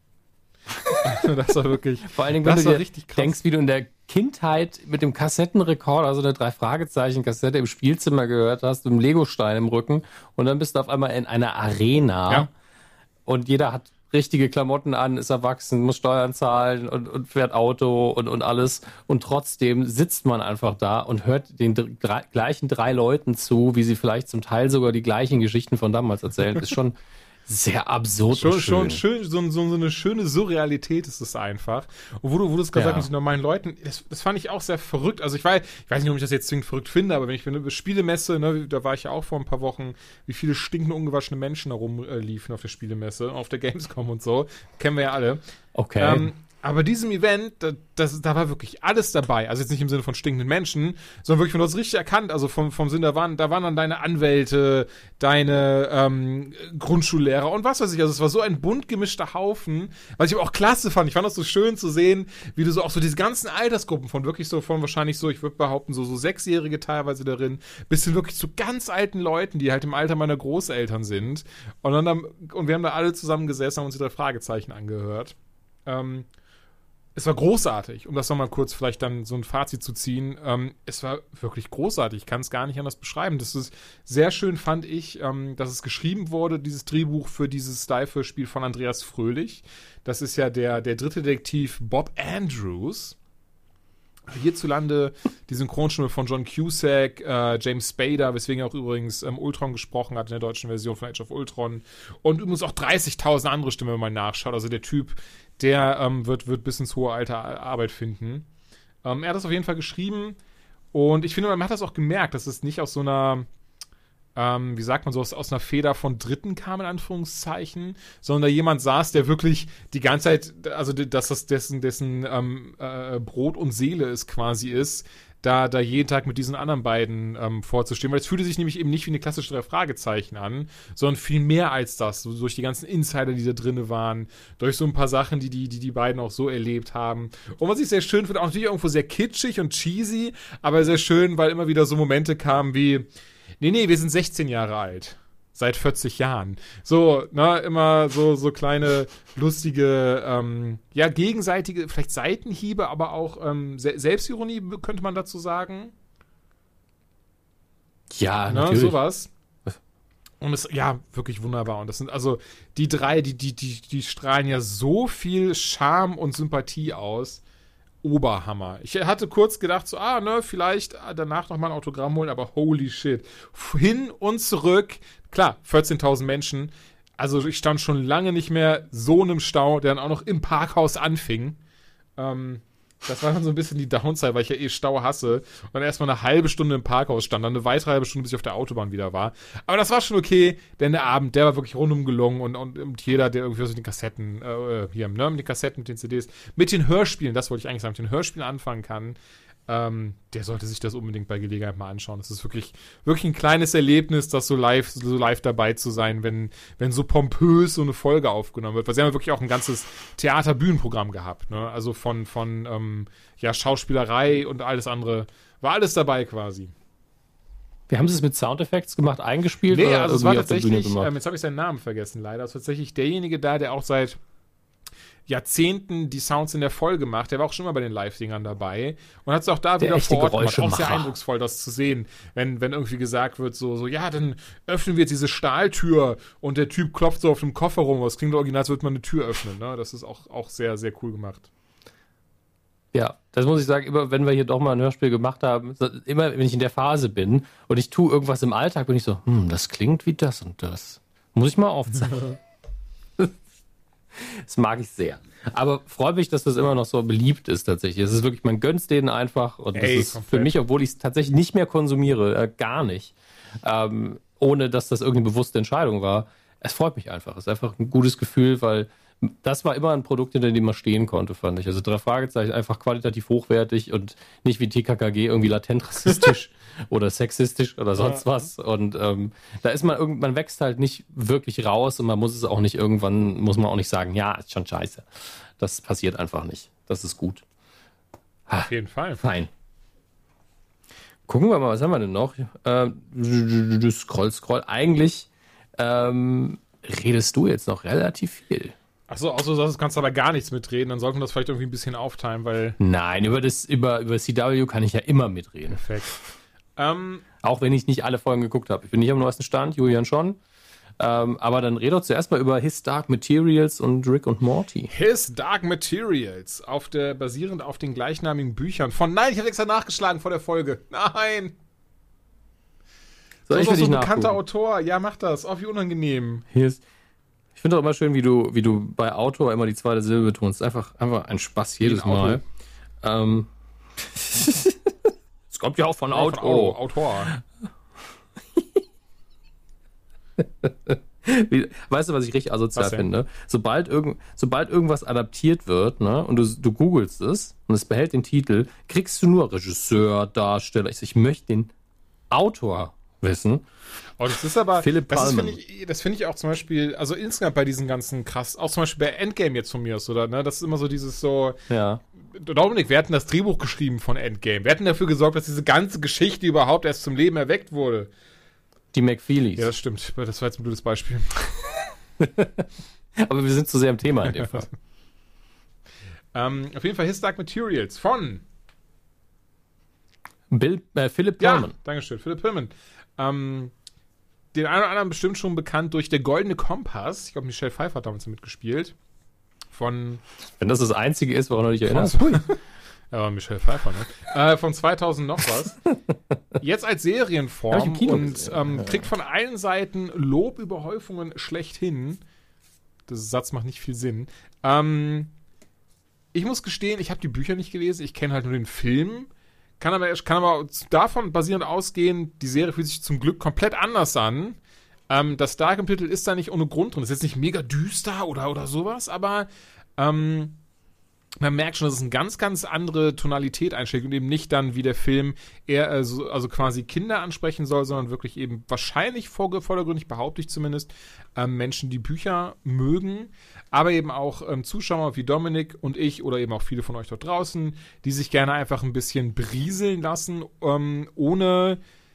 Das war wirklich, vor allen Dingen, wenn du dir denkst, wie du in der Kindheit mit dem Kassettenrekorder, also der drei Fragezeichen Kassette im Spielzimmer gehört hast, mit dem Legostein im Rücken und dann bist du auf einmal in einer Arena ja. und jeder hat richtige Klamotten an, ist erwachsen, muss Steuern zahlen und, und fährt Auto und, und alles. Und trotzdem sitzt man einfach da und hört den drei, gleichen drei Leuten zu, wie sie vielleicht zum Teil sogar die gleichen Geschichten von damals erzählen. Ist schon sehr absurd schon, und schön. Schon schön, so, so, so eine schöne Surrealität ist es einfach. Und wo du, wo du es gesagt Ja. hast mit den normalen Leuten, das, das fand ich auch sehr verrückt. Also ich weiß, ich weiß nicht, ob ich das jetzt zwingend verrückt finde, aber wenn ich eine Spielemesse, ne, da war ich ja auch vor ein paar Wochen, wie viele stinkende, ungewaschene Menschen da rumliefen auf der Spielemesse, auf der Gamescom und so, kennen wir ja alle. Okay. Ähm, aber diesem Event, da, das, da war wirklich alles dabei. Also jetzt nicht im Sinne von stinkenden Menschen, sondern wirklich, man hat es richtig erkannt. Also vom, vom Sinn, da waren, da waren dann deine Anwälte, deine ähm, Grundschullehrer und was weiß ich. Also es war so ein bunt gemischter Haufen, was ich aber auch klasse fand. Ich fand das so schön zu sehen, wie du so auch so diese ganzen Altersgruppen von wirklich so, von wahrscheinlich so, ich würde behaupten, so, so Sechsjährige teilweise darin, bis hin wirklich zu ganz alten Leuten, die halt im Alter meiner Großeltern sind. Und dann haben, und wir haben da alle zusammen gesessen und uns die drei Fragezeichen angehört. Ähm, Es war großartig, um das nochmal kurz vielleicht dann so ein Fazit zu ziehen. Ähm, es war wirklich großartig, ich kann es gar nicht anders beschreiben. Das ist sehr schön, fand ich, ähm, dass es geschrieben wurde, dieses Drehbuch für dieses Sci-Fi-Spiel von Andreas Fröhlich. Das ist ja der, der dritte Detektiv Bob Andrews. Hierzulande die Synchronstimme von John Cusack, äh, James Spader, weswegen er auch übrigens ähm, Ultron gesprochen hat in der deutschen Version von Age of Ultron. Und übrigens auch dreißigtausend andere Stimmen, wenn man nachschaut. Also der Typ, der ähm, wird, wird bis ins hohe Alter Arbeit finden. Ähm, er hat das auf jeden Fall geschrieben. Und ich finde, man hat das auch gemerkt, dass es nicht aus so einer, ähm, wie sagt man so, aus, aus einer Feder von Dritten kam, in Anführungszeichen, sondern da jemand saß, der wirklich die ganze Zeit, also dass das dessen, dessen ähm, äh, Brot und Seele es quasi ist, da, da jeden Tag mit diesen anderen beiden ähm, vorzustehen, weil es fühlte sich nämlich eben nicht wie eine klassische drei Fragezeichen an, sondern viel mehr als das, so durch die ganzen Insider, die da drin waren, durch so ein paar Sachen, die die, die die beiden auch so erlebt haben. Und was ich sehr schön finde, auch natürlich irgendwo sehr kitschig und cheesy, aber sehr schön, weil immer wieder so Momente kamen wie, nee, nee, wir sind sechzehn Jahre alt. Seit vierzig Jahren. So, ne, immer so, so kleine, lustige, ähm, ja, gegenseitige, vielleicht Seitenhiebe, aber auch ähm, Se- Selbstironie, könnte man dazu sagen. Ja, Ne, natürlich. sowas. Und es, ja, wirklich wunderbar. Und das sind also die drei, die, die, die, die strahlen ja so viel Charme und Sympathie aus. Oberhammer. Ich hatte kurz gedacht, so, ah, ne, vielleicht danach nochmal ein Autogramm holen, aber holy shit. Hin und zurück. Klar, vierzehntausend Menschen. Also ich stand schon lange nicht mehr so in einem Stau, der dann auch noch im Parkhaus anfing. Ähm, das war dann so ein bisschen die Downside, weil ich ja eh Stau hasse. Und dann erstmal eine halbe Stunde im Parkhaus stand, dann eine weitere halbe Stunde, bis ich auf der Autobahn wieder war. Aber das war schon okay, denn der Abend, der war wirklich rundum gelungen und, und, und jeder, der irgendwie was mit den Kassetten, äh, hier, ne, mit den Kassetten, mit den C Ds, mit den Hörspielen, das wollte ich eigentlich sagen, mit den Hörspielen anfangen kann, ähm, der sollte sich das unbedingt bei Gelegenheit mal anschauen. Das ist wirklich, wirklich ein kleines Erlebnis, das so live, so live dabei zu sein, wenn, wenn so pompös so eine Folge aufgenommen wird. Weil sie haben ja wirklich auch ein ganzes Theater-Bühnenprogramm gehabt, ne? Also von, von ähm, ja, Schauspielerei und alles andere. War alles dabei quasi. Wir haben es mit Soundeffekts gemacht, eingespielt Nee, oder also es war irgendwie auf der Bühne tatsächlich, gemacht? ähm, jetzt habe ich seinen Namen vergessen leider, es ist tatsächlich derjenige da, der auch seit Jahrzehnten die Sounds in der Folge macht. Der war auch schon mal bei den Live-Dingern dabei und hat es auch da Der wieder echte vor Ort gemacht. Auch sehr Geräuschemacher. eindrucksvoll, das zu sehen, wenn, wenn irgendwie gesagt wird, so, so, ja, dann öffnen wir jetzt diese Stahltür und der Typ klopft so auf dem Koffer rum. Das klingt original, als würde man eine Tür öffnen. Ne? Das ist auch, auch sehr, sehr cool gemacht. Ja, das muss ich sagen, immer wenn wir hier doch mal ein Hörspiel gemacht haben, so, immer wenn ich in der Phase bin und ich tue irgendwas im Alltag, bin ich so, hm, das klingt wie das und das. Muss ich mal aufzeichnen. Das mag ich sehr. Aber freue mich, dass das immer noch so beliebt ist tatsächlich. Es ist wirklich, man gönnt's denen einfach und Ey, das ist komplett. für mich, obwohl ich es tatsächlich nicht mehr konsumiere, äh, gar nicht, ähm, ohne dass das irgendeine bewusste Entscheidung war. Es freut mich einfach. Es ist einfach ein gutes Gefühl, weil das war immer ein Produkt, hinter dem man stehen konnte, fand ich. Also drei Fragezeichen, einfach qualitativ hochwertig und nicht wie T K K G irgendwie latent rassistisch oder sexistisch oder sonst Ja. was. Und ähm, da ist man irgend, man wächst halt nicht wirklich raus und man muss es auch nicht irgendwann, muss man auch nicht sagen, ja, ist schon scheiße. Das passiert einfach nicht. Das ist gut. Auf jeden Fall. Fein. Gucken wir mal, was haben wir denn noch? Ähm, du, du scroll, scroll. Eigentlich ähm, redest du jetzt noch relativ viel. Achso, außer du kannst aber gar nichts mitreden, dann sollten wir das vielleicht irgendwie ein bisschen aufteilen, weil. Nein, über das über, über C W kann ich ja immer mitreden. Perfekt. Ähm, Auch wenn ich nicht alle Folgen geguckt habe. Ich bin nicht am neuesten Stand, Julian schon. Ähm, aber dann red doch zuerst mal über His Dark Materials und Rick und Morty. His Dark Materials, auf der, basierend auf den gleichnamigen Büchern von, nein, ich habe extra nachgeschlagen vor der Folge. Nein. Soll das ich ist für doch so dich ein bekannter nachgucken? Autor. Ja, mach das. Oh, wie unangenehm. His Ich finde auch immer schön, wie du, wie du bei Autor immer die zweite Silbe betonst. Einfach, einfach ein Spaß jedes Wie ein Mal. Ähm, Es kommt ja auch von Ja, Autor. von Autor. Autor. Wie, weißt du, was ich richtig asozial Was denn? finde? Sobald, irgend, sobald irgendwas adaptiert wird, ne, und du, du googelst es und es behält den Titel, kriegst du nur Regisseur, Darsteller. Ich, so, ich möchte den Autor wissen. Oh, das ist aber, Philipp das ist, Pullman. finde ich, das finde ich auch zum Beispiel, also insgesamt bei diesen ganzen krass, auch zum Beispiel bei Endgame jetzt von mir aus, oder, ne, das ist immer so dieses so, Ja. Dominik, wir hatten das Drehbuch geschrieben von Endgame, wir hatten dafür gesorgt, dass diese ganze Geschichte überhaupt erst zum Leben erweckt wurde. Die McFeelys. Ja, das stimmt, das war jetzt ein blödes Beispiel. Aber wir sind zu sehr im Thema in dem Fall. ähm, auf jeden Fall His Dark Materials von, Bill, äh, Philipp ja, Pullman. Dankeschön, Philipp Pullman. Ähm, den einen oder anderen bestimmt schon bekannt durch Der Goldene Kompass. Ich glaube, Michelle Pfeiffer hat damals mitgespielt. Von, Wenn das das Einzige ist, woran du dich erinnerst. ja, aber Michelle Pfeiffer, ne? äh, von zweitausend noch was. Jetzt als Hab ich Serienform im Kino und gesehen. ähm, Ja. kriegt von allen Seiten Lobüberhäufungen schlechthin. Der Satz macht nicht viel Sinn. Ähm, ich muss gestehen, ich habe die Bücher nicht gelesen. Ich kenne halt nur den Film. Kann aber, kann aber davon basierend ausgehen, die Serie fühlt sich zum Glück komplett anders an. Ähm, das Dark-Kapitel ist da nicht ohne Grund drin. Ist jetzt nicht mega düster oder, oder sowas, aber ähm, man merkt schon, dass es eine ganz, ganz andere Tonalität einschlägt und eben nicht dann wie der Film eher äh, so, also quasi Kinder ansprechen soll, sondern wirklich eben wahrscheinlich vorge- vordergründig, behaupte ich zumindest, ähm, Menschen, die Bücher mögen, aber eben auch ähm, Zuschauer wie Dominik und ich oder eben auch viele von euch dort draußen, die sich gerne einfach ein bisschen berieseln lassen, ähm, ohne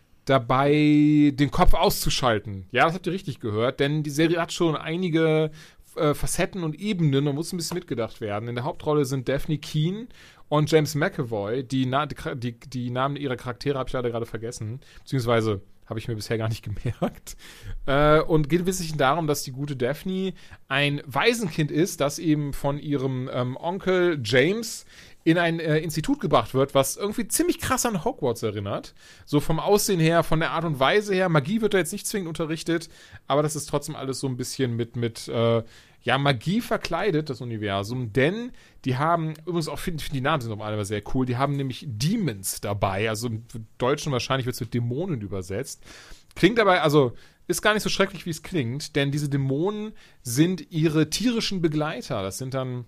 dabei den Kopf auszuschalten. Ja, das habt ihr richtig gehört, denn die Serie hat schon einige äh, Facetten und Ebenen, da muss ein bisschen mitgedacht werden. In der Hauptrolle sind Daphne Keane und James McAvoy. Die, Na- die, die Namen ihrer Charaktere habe ich leider gerade vergessen, beziehungsweise habe ich mir bisher gar nicht gemerkt. Äh, und geht wesentlich darum, dass die gute Daphne ein Waisenkind ist, das eben von ihrem ähm, Onkel James in ein äh, Institut gebracht wird, was irgendwie ziemlich krass an Hogwarts erinnert. So vom Aussehen her, von der Art und Weise her. Magie wird da jetzt nicht zwingend unterrichtet, aber das ist trotzdem alles so ein bisschen mit, mit äh, ja, Magie verkleidet, das Universum. Denn die haben, übrigens auch, finde find die Namen sind normalerweise sehr cool, die haben nämlich Demons dabei. Also im Deutschen wahrscheinlich wird es mit Dämonen übersetzt. Klingt dabei, also ist gar nicht so schrecklich, wie es klingt, denn diese Dämonen sind ihre tierischen Begleiter. Das sind dann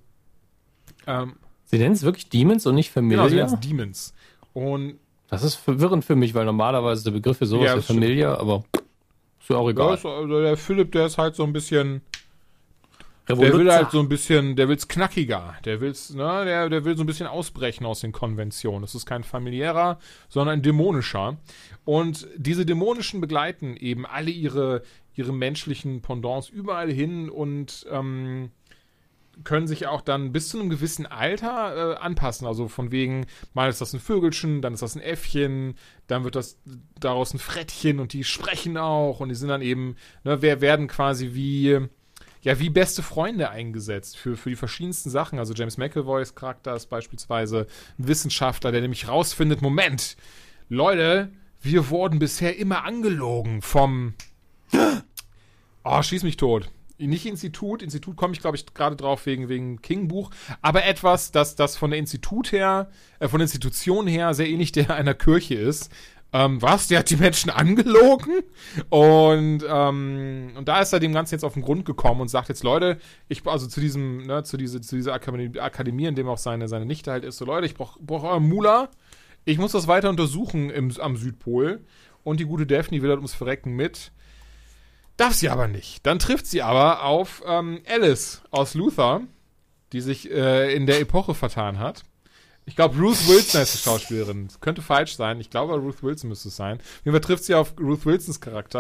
ähm, Sie nennen es wirklich Demons und nicht Familia? Genau, sie nennen es Demons. Und Das ist verwirrend für mich, weil normalerweise der Begriff für sowas Ja, ja, das Familia, aber ist ja auch ja, egal. ist, also der Philipp, der ist halt so ein bisschen, der Revoluzzer. will halt so ein bisschen, der will's knackiger. Der will's, ne, der, der will so ein bisschen ausbrechen aus den Konventionen. Das ist kein familiärer, sondern ein dämonischer. Und diese dämonischen begleiten eben alle ihre, ihre menschlichen Pendants überall hin und ähm, können sich auch dann bis zu einem gewissen Alter äh, anpassen. Also von wegen, mal ist das ein Vögelchen, dann ist das ein Äffchen, dann wird das daraus ein Frettchen und die sprechen auch und die sind dann eben, ne, wir werden quasi wie, ja, wie beste Freunde eingesetzt für, für die verschiedensten Sachen. Also James McAvoys Charakter ist beispielsweise ein Wissenschaftler, der nämlich rausfindet, Moment, Leute, wir wurden bisher immer angelogen vom, oh, schieß mich tot. Nicht Institut, Institut komme ich, glaube ich, gerade drauf wegen, wegen King-Buch, aber etwas, das, das von der Institut her, äh, von der Institution her sehr ähnlich der einer Kirche ist. Ähm, was? Der hat die Menschen angelogen? Und, ähm, und da ist er dem Ganzen jetzt auf den Grund gekommen und sagt jetzt, Leute, ich, also zu diesem, ne, zu, diese, zu dieser Akademie, Akademie, in dem auch seine, seine Nichte halt ist, so Leute, ich brauche brauch euren Mula, ich muss das weiter untersuchen im, am Südpol. Und die gute Daphne will halt ums Verrecken mit. Darf sie aber nicht. Dann trifft sie aber auf ähm, Alice aus Luther, die sich äh, in der Epoche vertan hat. Ich glaube, Ruth Wilson ist die Schauspielerin. Das könnte falsch sein. Ich glaube, Ruth Wilson müsste es sein. Auf jeden Fall trifft sie auf Ruth Wilsons Charakter,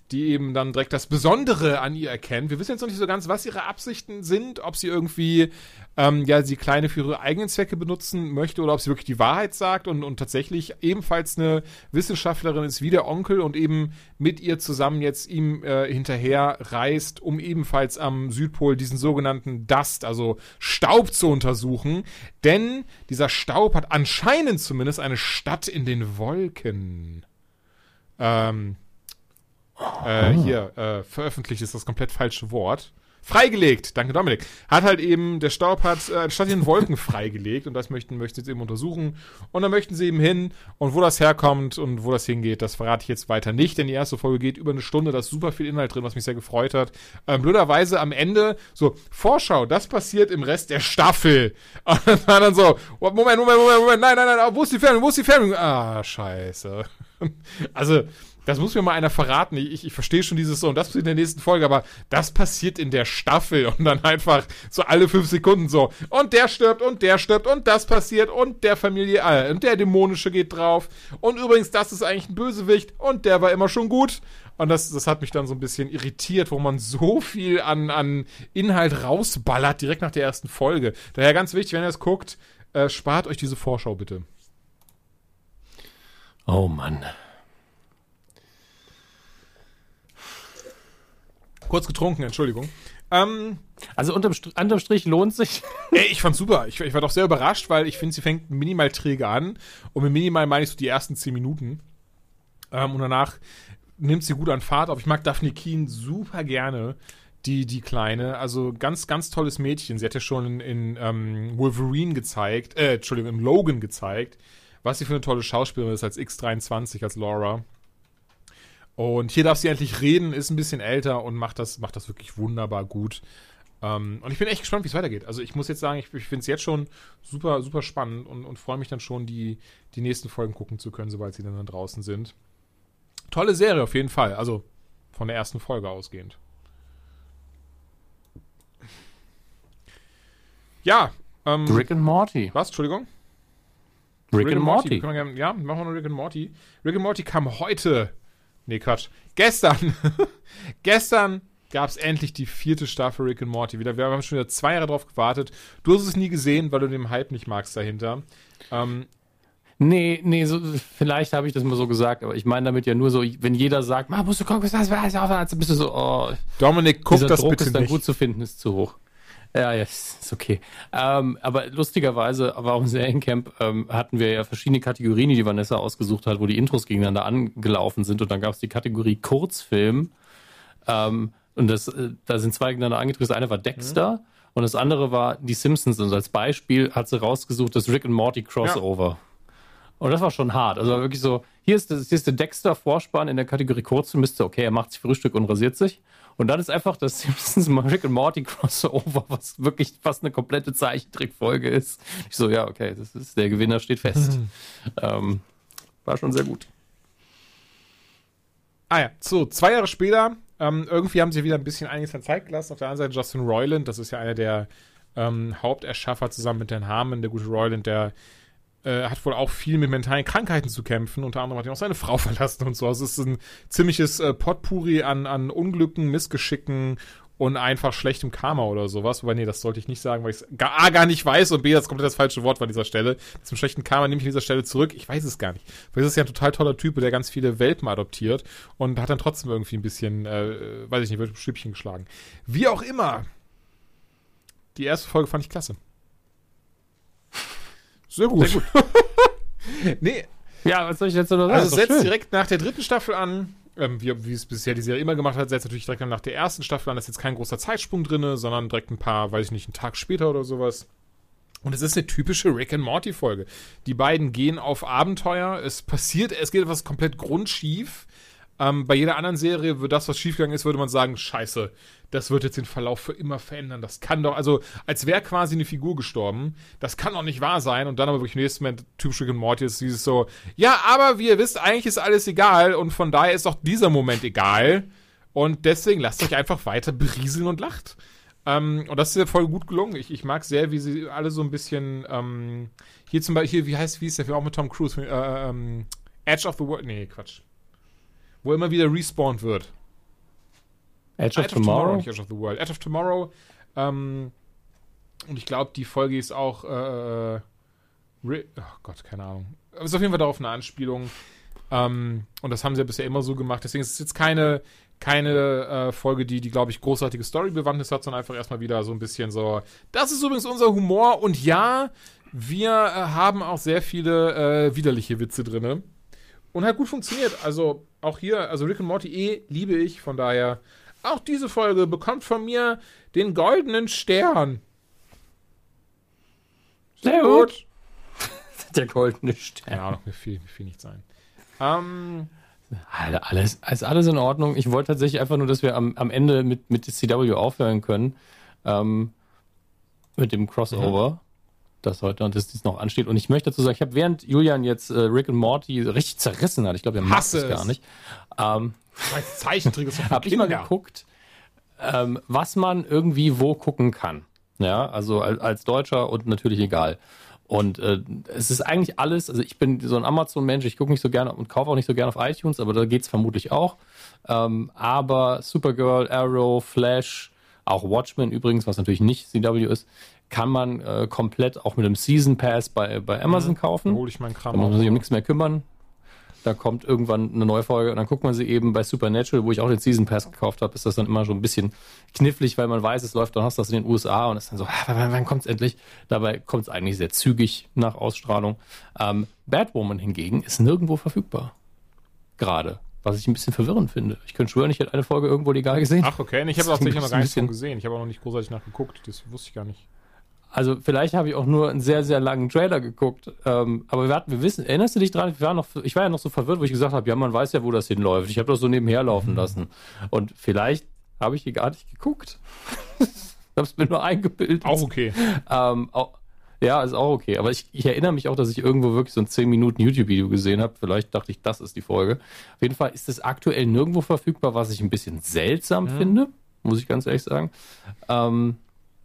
die eben dann direkt das Besondere an ihr erkennt. Wir wissen jetzt noch nicht so ganz, was ihre Absichten sind, ob sie irgendwie ähm, ja die Kleine für ihre eigenen Zwecke benutzen möchte oder ob sie wirklich die Wahrheit sagt und, und tatsächlich ebenfalls eine Wissenschaftlerin ist wie der Onkel und eben mit ihr zusammen jetzt ihm äh, hinterher reist, um ebenfalls am Südpol diesen sogenannten Dust, also Staub zu untersuchen. Denn dieser Staub hat anscheinend zumindest eine Stadt in den Wolken. Ähm, Äh, hier, äh, veröffentlicht ist das komplett falsche Wort. Freigelegt, danke Dominik. Hat halt eben, der Staub hat äh, statt den Wolken freigelegt und das möchten, möchten sie jetzt eben untersuchen. Und dann möchten sie eben hin und wo das herkommt und wo das hingeht, das verrate ich jetzt weiter nicht, denn die erste Folge geht über eine Stunde, da ist super viel Inhalt drin, was mich sehr gefreut hat. Ähm, blöderweise am Ende, so, Vorschau, das passiert im Rest der Staffel. Und dann war dann so, Moment, Moment, Moment, Moment, nein, nein, nein, wo ist die Fernbedienung, wo ist die Fernbedienung? Ah, scheiße. Also, das muss mir mal einer verraten. Ich, ich, ich verstehe schon dieses so, und das passiert in der nächsten Folge, aber das passiert in der Staffel und dann einfach so alle fünf Sekunden so. Und der stirbt und der stirbt und das passiert und der Familie, äh, und der Dämonische geht drauf. Und übrigens, das ist eigentlich ein Bösewicht und der war immer schon gut. Und das, das hat mich dann so ein bisschen irritiert, wo man so viel an, an Inhalt rausballert, direkt nach der ersten Folge. Daher ganz wichtig, wenn ihr das guckt, äh, spart euch diese Vorschau bitte. Oh Mann. Kurz getrunken, Entschuldigung. Ähm, also unterm, Str- unterm Strich lohnt sich. Ey, ich fand's super. Ich, ich war doch sehr überrascht, weil ich finde, sie fängt minimal träge an. Und mit minimal meine ich so die ersten zehn Minuten. Ähm, und danach nimmt sie gut an Fahrt auf. Ich mag Daphne Keane super gerne, die, die Kleine. Also ganz, ganz tolles Mädchen. Sie hat ja schon in, in ähm, Wolverine gezeigt, äh, Entschuldigung, in Logan gezeigt, was sie für eine tolle Schauspielerin ist als X dreiundzwanzig, als Laura. Und hier darf sie endlich reden, ist ein bisschen älter und macht das, macht das wirklich wunderbar gut. Ähm, und ich bin echt gespannt, wie es weitergeht. Also ich muss jetzt sagen, ich, ich finde es jetzt schon super, super spannend und, und freue mich dann schon, die, die nächsten Folgen gucken zu können, sobald sie dann, dann draußen sind. Tolle Serie auf jeden Fall, also von der ersten Folge ausgehend. Ja. Ähm, Rick and Morty. Was? Entschuldigung? Rick, Rick and Morty. Morty. Gerne, ja, machen wir noch Rick and Morty. Rick and Morty kam heute. Nee, Quatsch. Gestern. Gestern gab es endlich die vierte Staffel Rick and Morty wieder. Wir haben schon wieder zwei Jahre drauf gewartet. Du hast es nie gesehen, weil du den Hype nicht magst dahinter. Ähm, Nee, nee, so, vielleicht habe ich das mal so gesagt, aber ich meine damit ja nur so, wenn jeder sagt, Ma, musst du gucken, was das bist du so, oh. Dominik, guck das Druck bitte ist dann nicht. Gut zu finden, ist zu hoch. Ja, ja, ist okay. Ähm, aber lustigerweise, aber auch im Seriencamp ähm, hatten wir ja verschiedene Kategorien, die Vanessa ausgesucht hat, wo die Intros gegeneinander angelaufen sind und dann gab es die Kategorie Kurzfilm ähm, und das, äh, da sind zwei gegeneinander angetreten. Das eine war Dexter mhm. und das andere war die Simpsons und als Beispiel hat sie rausgesucht das Rick and Morty Crossover. Ja. Und das war schon hart. Also wirklich so, hier ist, das, hier ist der Dexter-Vorspann in der Kategorie Kurzfilm, ist okay, er macht sich Frühstück und rasiert sich. Und dann ist einfach das Simpsons Rick and Morty Crossover, was wirklich fast eine komplette Zeichentrickfolge ist. Ich so, ja, okay, das ist, der Gewinner steht fest. ähm, war schon sehr gut. Ah ja, so, zwei Jahre später, ähm, irgendwie haben sie wieder ein bisschen einiges an Zeit gelassen. Auf der anderen Seite Justin Roiland, das ist ja einer der ähm, Haupterschaffer zusammen mit Dan Harmon, der gute Roiland, der äh, hat wohl auch viel mit mentalen Krankheiten zu kämpfen. Unter anderem hat er auch seine Frau verlassen und so. Also es ist ein ziemliches äh, Potpourri an, an Unglücken, Missgeschicken und einfach schlechtem Karma oder sowas. Wobei, nee, das sollte ich nicht sagen, weil ich es gar, A, gar nicht weiß und B, das komplett das falsche Wort war an dieser Stelle. Zum schlechten Karma nehme ich an dieser Stelle zurück. Ich weiß es gar nicht. Weil das ist ja ein total toller Typ, der ganz viele Welpen adoptiert und hat dann trotzdem irgendwie ein bisschen, äh, weiß ich nicht, wird ein Stückchen geschlagen. Wie auch immer. Die erste Folge fand ich klasse. Sehr gut. Sehr gut. Nee. Ja, was soll ich jetzt noch sagen? Also es setzt direkt nach der dritten Staffel an, ähm, wie, wie es bisher die Serie immer gemacht hat, setzt natürlich direkt nach der ersten Staffel an. Da ist jetzt kein großer Zeitsprung drin, sondern direkt ein paar, weiß ich nicht, einen Tag später oder sowas. Und es ist eine typische Rick and Morty Folge. Die beiden gehen auf Abenteuer. Es passiert, es geht etwas komplett grundschief. Ähm, bei jeder anderen Serie, würde das, was schiefgegangen ist, würde man sagen, scheiße, das wird jetzt den Verlauf für immer verändern. Das kann doch, also als wäre quasi eine Figur gestorben. Das kann doch nicht wahr sein. Und dann aber wirklich im nächsten Moment, typisch Rick and Morty, ist dieses so, ja, aber wie ihr wisst, eigentlich ist alles egal. Und von daher ist auch dieser Moment egal. Und deswegen lasst euch einfach weiter berieseln und lacht. Ähm, und das ist ja voll gut gelungen. Ich, ich mag sehr, wie sie alle so ein bisschen, ähm, hier zum Beispiel, wie heißt, wie ist der Film auch mit Tom Cruise? Äh, ähm, Edge of the World, nee, Quatsch. Wo immer wieder respawned wird. Edge of Edge Tomorrow? Nicht Edge of the World. Edge of Tomorrow. Ähm, und ich glaube, die Folge ist auch äh, Re- oh Gott, keine Ahnung. Aber ist auf jeden Fall darauf eine Anspielung. Ähm, und das haben sie ja bisher immer so gemacht. Deswegen ist es jetzt keine, keine äh, Folge, die, die glaube ich, großartige Storybewandtnis hat, sondern einfach erstmal wieder so ein bisschen so, das ist übrigens unser Humor. Und ja, wir äh, haben auch sehr viele äh, widerliche Witze drin. Und hat gut funktioniert. Also auch hier, also Rick and Morty eh liebe ich. Von daher, auch diese Folge bekommt von mir den goldenen Stern. Sehr gut. Der goldene Stern. Ja, noch mir viel, mir viel nicht sein. Ähm, Alter, alles, ist alles in Ordnung. Ich wollte tatsächlich einfach nur, dass wir am, am Ende mit, mit C W aufhören können. Ähm, mit dem Crossover, mhm. das heute und das dies noch ansteht. Und ich möchte dazu sagen, ich habe während Julian jetzt äh, Rick and Morty richtig zerrissen hat, ich glaube, er mag es gar nicht. Ähm, Als Zeichentrick ist habe ich mal geguckt, ähm, was man irgendwie wo gucken kann. Ja, also als, als Deutscher und natürlich egal. Und äh, es ist eigentlich alles, also ich bin so ein Amazon-Mensch, ich gucke nicht so gerne und kaufe auch nicht so gerne auf iTunes, aber da geht's vermutlich auch. Ähm, aber Supergirl, Arrow, Flash, auch Watchmen übrigens, was natürlich nicht C W ist, kann man äh, komplett auch mit einem Season Pass bei, bei Amazon mhm. kaufen. Da hole ich meinen Kram. Da muss man sich um nichts mehr kümmern. Da kommt irgendwann eine neue Folge und dann guckt man sie eben bei Supernatural, wo ich auch den Season Pass gekauft habe, ist das dann immer schon ein bisschen knifflig, weil man weiß, es läuft Donnerstags in den U S A und es ist dann so, ah, wann, wann kommt es endlich? Dabei kommt es eigentlich sehr zügig nach Ausstrahlung. Ähm, Batwoman hingegen ist nirgendwo verfügbar. Gerade. Was ich ein bisschen verwirrend finde. Ich könnte schwören, ich hätte eine Folge irgendwo legal gesehen. Ach, okay. Und ich habe tatsächlich noch gar nichts von gesehen. Ich habe auch noch nicht großartig nachgeguckt. Das wusste ich gar nicht. Also vielleicht habe ich auch nur einen sehr, sehr langen Trailer geguckt. Ähm, aber wir, hatten, wir wissen, erinnerst du dich dran? Ich war, noch, ich war ja noch so verwirrt, wo ich gesagt habe, ja, man weiß ja, wo das hinläuft. Ich habe das so nebenher laufen mhm. lassen. Und vielleicht habe ich hier gar nicht geguckt. Ich habe es mir nur eingebildet. Auch okay. Ähm, auch, ja, ist auch okay. Aber ich, ich erinnere mich auch, dass ich irgendwo wirklich so ein zehn Minuten YouTube-Video gesehen habe. Vielleicht dachte ich, das ist die Folge. Auf jeden Fall ist es aktuell nirgendwo verfügbar, was ich ein bisschen seltsam mhm. finde. Muss ich ganz ehrlich sagen. Ähm,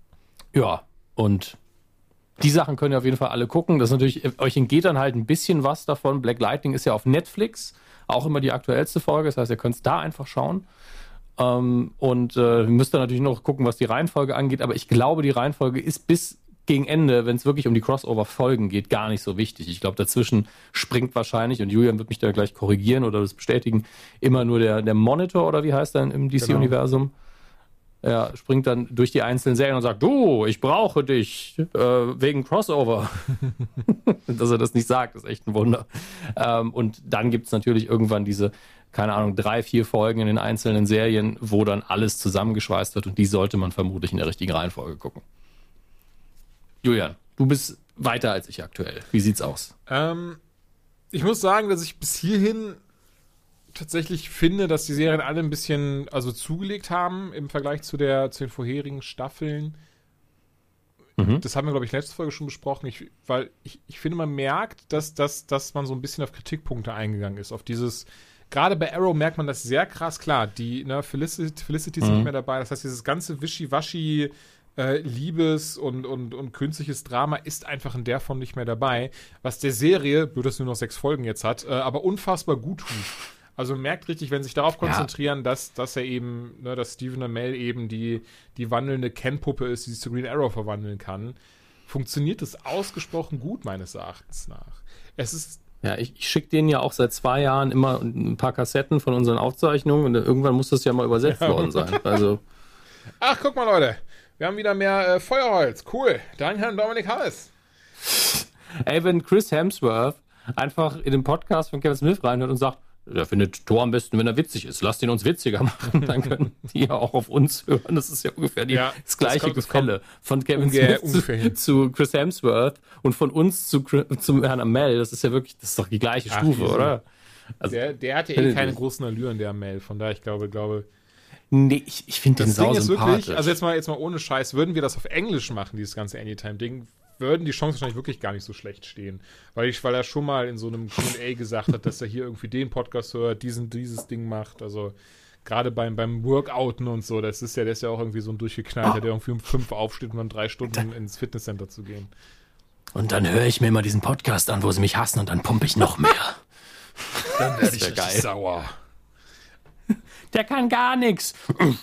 ja, und die Sachen könnt ihr auf jeden Fall alle gucken. Das ist natürlich, euch entgeht dann halt ein bisschen was davon. Black Lightning ist ja auf Netflix, auch immer die aktuellste Folge. Das heißt, ihr könnt es da einfach schauen. Ähm, und äh, müsst dann natürlich noch gucken, was die Reihenfolge angeht. Aber ich glaube, die Reihenfolge ist bis gegen Ende, wenn es wirklich um die Crossover-Folgen geht, gar nicht so wichtig. Ich glaube, dazwischen springt wahrscheinlich, und Julian wird mich da gleich korrigieren oder das bestätigen, immer nur der, der Monitor, oder wie heißt der im D C-Universum? Genau. Er springt dann durch die einzelnen Serien und sagt, du, ich brauche dich äh, wegen Crossover. Dass er das nicht sagt, ist echt ein Wunder. Ähm, und dann gibt es natürlich irgendwann diese, keine Ahnung, drei, vier Folgen in den einzelnen Serien, wo dann alles zusammengeschweißt wird und die sollte man vermutlich in der richtigen Reihenfolge gucken. Julian, du bist weiter als ich aktuell. Wie sieht's aus? Ähm, ich muss sagen, dass ich bis hierhin tatsächlich finde, dass die Serien alle ein bisschen also zugelegt haben im Vergleich zu, der, zu den vorherigen Staffeln. Mhm. Das haben wir, glaube ich, letzte Folge schon besprochen, ich, weil ich, ich finde, man merkt, dass, dass, dass man so ein bisschen auf Kritikpunkte eingegangen ist, auf dieses, gerade bei Arrow merkt man das sehr krass, klar, die ne, Felicity, Felicity ist mhm. nicht mehr dabei, das heißt, dieses ganze Wischiwaschi äh, Liebes- und, und, und künstliches Drama ist einfach in der Form nicht mehr dabei, was der Serie, nur dass nur noch sechs Folgen jetzt hat, äh, aber unfassbar gut tut. Also man merkt richtig, wenn sie sich darauf konzentrieren, ja. dass, dass er eben, ne, dass Stephen Amell eben die, die wandelnde Ken-Puppe ist, die sich zu Green Arrow verwandeln kann, funktioniert das ausgesprochen gut, meines Erachtens nach. Es ist Ja, ich, ich schicke denen ja auch seit zwei Jahren immer ein paar Kassetten von unseren Aufzeichnungen und irgendwann muss das ja mal übersetzt ja. worden sein. Also. Ach, guck mal, Leute. Wir haben wieder mehr äh, Feuerholz. Cool. Danke an Dominik Harris. Ey, wenn Chris Hemsworth einfach in den Podcast von Kevin Smith reinhört und sagt, der findet Thor am besten, wenn er witzig ist. Lasst ihn uns witziger machen. Dann können die ja auch auf uns hören. Das ist ja ungefähr die, ja, das gleiche das kommt, Gefälle. Das von Kevin Smith zu, zu Chris Hemsworth und von uns zu, zu Herrn Amell. Das ist ja wirklich, das ist doch die gleiche Ach, Stufe, easy. Oder? Also, der, der hat ja eh keine großen Allüren, der Amell. Von daher, ich glaube, glaube... Nee, ich, ich finde den sau sympathisch. Wirklich, also jetzt mal, jetzt mal ohne Scheiß, würden wir das auf Englisch machen, dieses ganze Anytime-Ding, würden die Chancen wahrscheinlich wirklich gar nicht so schlecht stehen. Weil, ich, weil er schon mal in so einem Q und A gesagt hat, dass er hier irgendwie den Podcast hört, diesen, dieses Ding macht. Also gerade beim, beim Workouten und so, das ist ja, der ist ja auch irgendwie so ein Durchgeknallter, oh. der irgendwie um fünf aufsteht, um dann drei Stunden dann, ins Fitnesscenter zu gehen. Und dann höre ich mir immer diesen Podcast an, wo sie mich hassen und dann pumpe ich noch mehr. Dann werde ich geil. sauer. der kann gar nichts.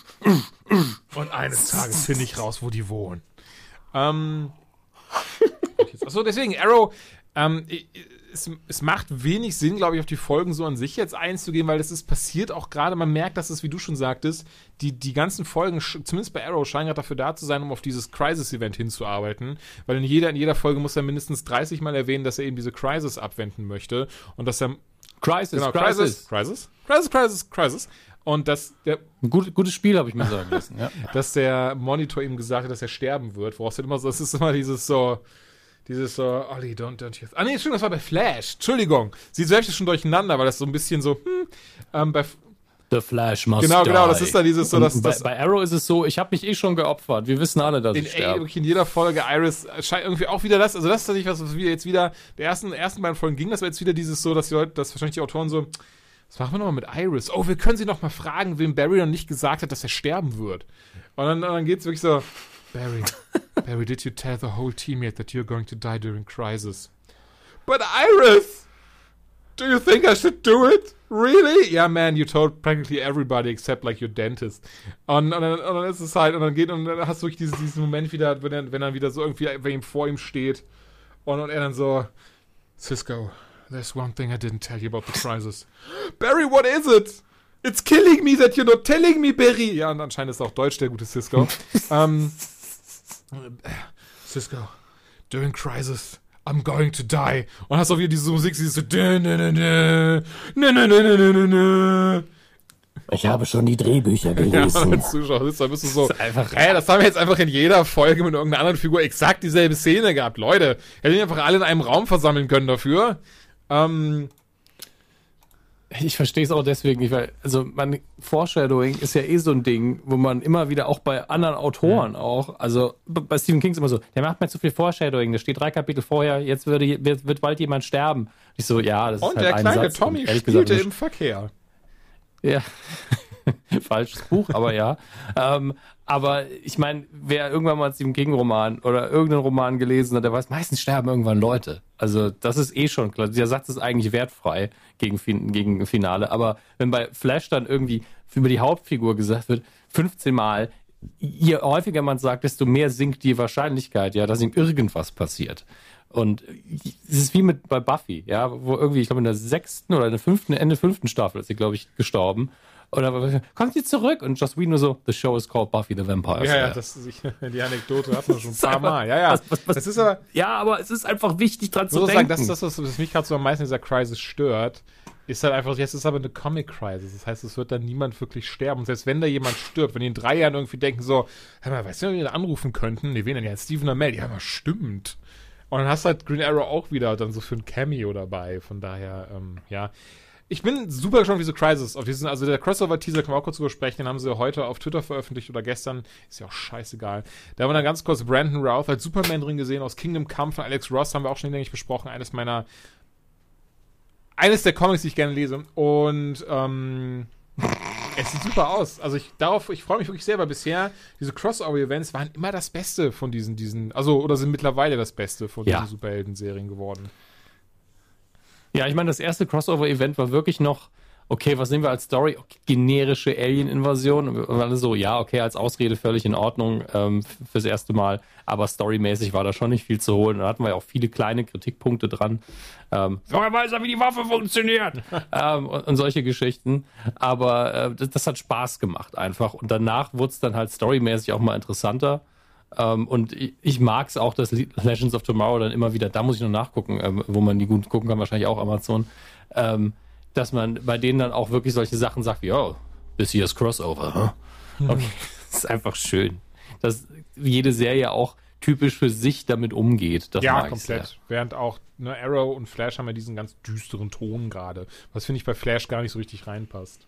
Und eines Tages finde ich raus, wo die wohnen. Ähm, Achso, deswegen, Arrow, ähm, es, es macht wenig Sinn, glaube ich, auf die Folgen so an sich jetzt einzugehen, weil das ist passiert auch gerade, man merkt, dass es, wie du schon sagtest, die, die ganzen Folgen, zumindest bei Arrow, scheinen gerade dafür da zu sein, um auf dieses Crisis-Event hinzuarbeiten, weil in jeder, in jeder Folge muss er mindestens dreißig Mal erwähnen, dass er eben diese Crisis abwenden möchte und dass er Crisis, genau, Crisis. Crisis, Crisis, Crisis, Crisis. Und dass der Ein gut, gutes Spiel, habe ich mir sagen lassen. Ja. dass der Monitor ihm gesagt hat, dass er sterben wird, woraus dann immer so, das ist immer dieses so, dieses so, Ollie, don't, don't you. Ah, nee, Entschuldigung, das war bei Flash. Entschuldigung. Sie selbst ist schon durcheinander, weil das so ein bisschen so, hm, ähm, bei. The Flash must Genau, die. genau, das ist dann dieses so, dass. Und bei, das bei Arrow ist es so, ich habe mich eh schon geopfert. Wir wissen alle, dass in, ich sterbe. in jeder Folge Iris scheint irgendwie auch wieder das, also das ist tatsächlich was, was wir jetzt wieder, der ersten, ersten beiden Folgen ging, das war jetzt wieder dieses so, dass die Leute, dass wahrscheinlich die Autoren so, was machen wir nochmal mit Iris? Oh, wir können sie noch mal fragen, wem Barry noch nicht gesagt hat, dass er sterben wird. Und dann, und dann geht's wirklich so, Barry, Barry, did you tell the whole team yet that you're going to die during crisis? But Iris! Do you think I should do it? Really? Yeah, man, you told practically everybody except like your dentist. Und, und, dann, und dann ist es halt, und dann geht, und dann hast du wirklich diesen, diesen Moment wieder, wenn er, wenn er wieder so irgendwie, wenn ihm vor ihm steht, und, und er dann so, Cisco, there's one thing I didn't tell you about the crisis. Barry, what is it? It's killing me that you're not telling me, Barry. Ja, und anscheinend ist auch Deutsch der gute Cisco. um, Cisco, during crisis, I'm going to die. Und hast auch wieder diese Musik, die ist so, nö, nö, nö, nö, nö, nö, nö, nö, nö. Ich habe schon die Drehbücher Ja, gelesen. als Zuschauer sitzt, da bist du so, Das ist einfach- ey, das haben wir jetzt einfach in jeder Folge mit irgendeiner anderen Figur exakt dieselbe Szene gehabt. Leute, hätten die einfach alle in einem Raum versammeln können dafür. Ähm, Ich verstehe es auch deswegen nicht, weil, also, man, Foreshadowing ist ja eh so ein Ding, wo man immer wieder auch bei anderen Autoren auch, also, b- bei Stephen King ist immer so, der macht mir zu viel Foreshadowing, da steht drei Kapitel vorher, jetzt würde, wird, wird bald jemand sterben. Ich so, ja, das ist und halt der ein kleine Satz. Tommy Und ehrlich spielte gesagt, im Verkehr. Ja. Falsches Buch, aber ja. ähm, aber ich meine, wer irgendwann mal einen Stephen King-Roman oder irgendeinen Roman gelesen hat, der weiß, meistens sterben irgendwann Leute. Also das ist eh schon klar. Der Satz ist eigentlich wertfrei gegen, Fin- gegen Finale. Aber wenn bei Flash dann irgendwie über die Hauptfigur gesagt wird, fünfzehn Mal, je häufiger man sagt, desto mehr sinkt die Wahrscheinlichkeit, ja, dass ihm irgendwas passiert. Und es ist wie mit bei Buffy, ja, wo irgendwie, ich glaube in der sechsten oder in der fünften, Ende fünften Staffel ist sie, glaube ich, gestorben. Und dann war, kommt sie zurück? Und Joss Whedon nur so, the show is called Buffy the Vampire Ja, Slayer. ja, das, ich, die Anekdote hatten wir schon ein ist paar einfach- Mal. Ja, ja. Was, was, was, das ist aber, ja, aber es ist einfach wichtig, dran ich zu muss auch denken. sagen, das ist das, was, was mich gerade so am meisten in dieser Crisis stört, ist halt einfach, jetzt ist aber eine Comic-Crisis. Das heißt, es wird dann niemand wirklich sterben. Und selbst wenn da jemand stirbt, wenn die in drei Jahren irgendwie denken so, hör mal, weißt du, wenn wir da anrufen könnten? Nee, wen denn? Ja, Stephen Amell. Ja, aber stimmt. Und dann hast du halt Green Arrow auch wieder dann so für ein Cameo dabei. Von daher, ähm, ja. Ich bin super gespannt, wie so Crisis auf diesen, also der Crossover-Teaser können wir auch kurz drüber sprechen, den haben sie heute auf Twitter veröffentlicht oder gestern, ist ja auch scheißegal. Da haben wir dann ganz kurz Brandon Routh als Superman drin gesehen, aus Kingdom Come von Alex Ross, haben wir auch schon hinlänglich besprochen, eines meiner, eines der Comics, die ich gerne lese. Und, ähm, es sieht super aus. Also ich darauf, ich freue mich wirklich sehr, weil bisher diese Crossover-Events waren immer das Beste von diesen, diesen, also oder sind mittlerweile das Beste von Ja. diesen Superhelden-Serien geworden. Ja, ich meine, das erste Crossover-Event war wirklich noch, okay, was nehmen wir als Story? Okay, generische Alien-Invasion. Und wir waren alle so, ja, okay, als Ausrede völlig in Ordnung ähm, f- fürs erste Mal. Aber storymäßig war da schon nicht viel zu holen. Da hatten wir ja auch viele kleine Kritikpunkte dran. Ähm, Woher weiß er, wie die Waffe funktioniert? ähm, und, und solche Geschichten. Aber äh, das, das hat Spaß gemacht einfach. Und danach wurde es dann halt storymäßig auch mal interessanter. Ähm, und ich, ich mag es auch, dass Le- Legends of Tomorrow dann immer wieder, da muss ich noch nachgucken, ähm, wo man die gut gucken kann, wahrscheinlich auch Amazon, ähm, dass man bei denen dann auch wirklich solche Sachen sagt wie, oh, this year's Crossover, huh? Okay, das ist einfach schön. Dass jede Serie auch typisch für sich damit umgeht. Das Ja, mag ich komplett. sehr. Während auch ne, Arrow und Flash haben ja diesen ganz düsteren Ton gerade. Was finde ich bei Flash gar nicht so richtig reinpasst.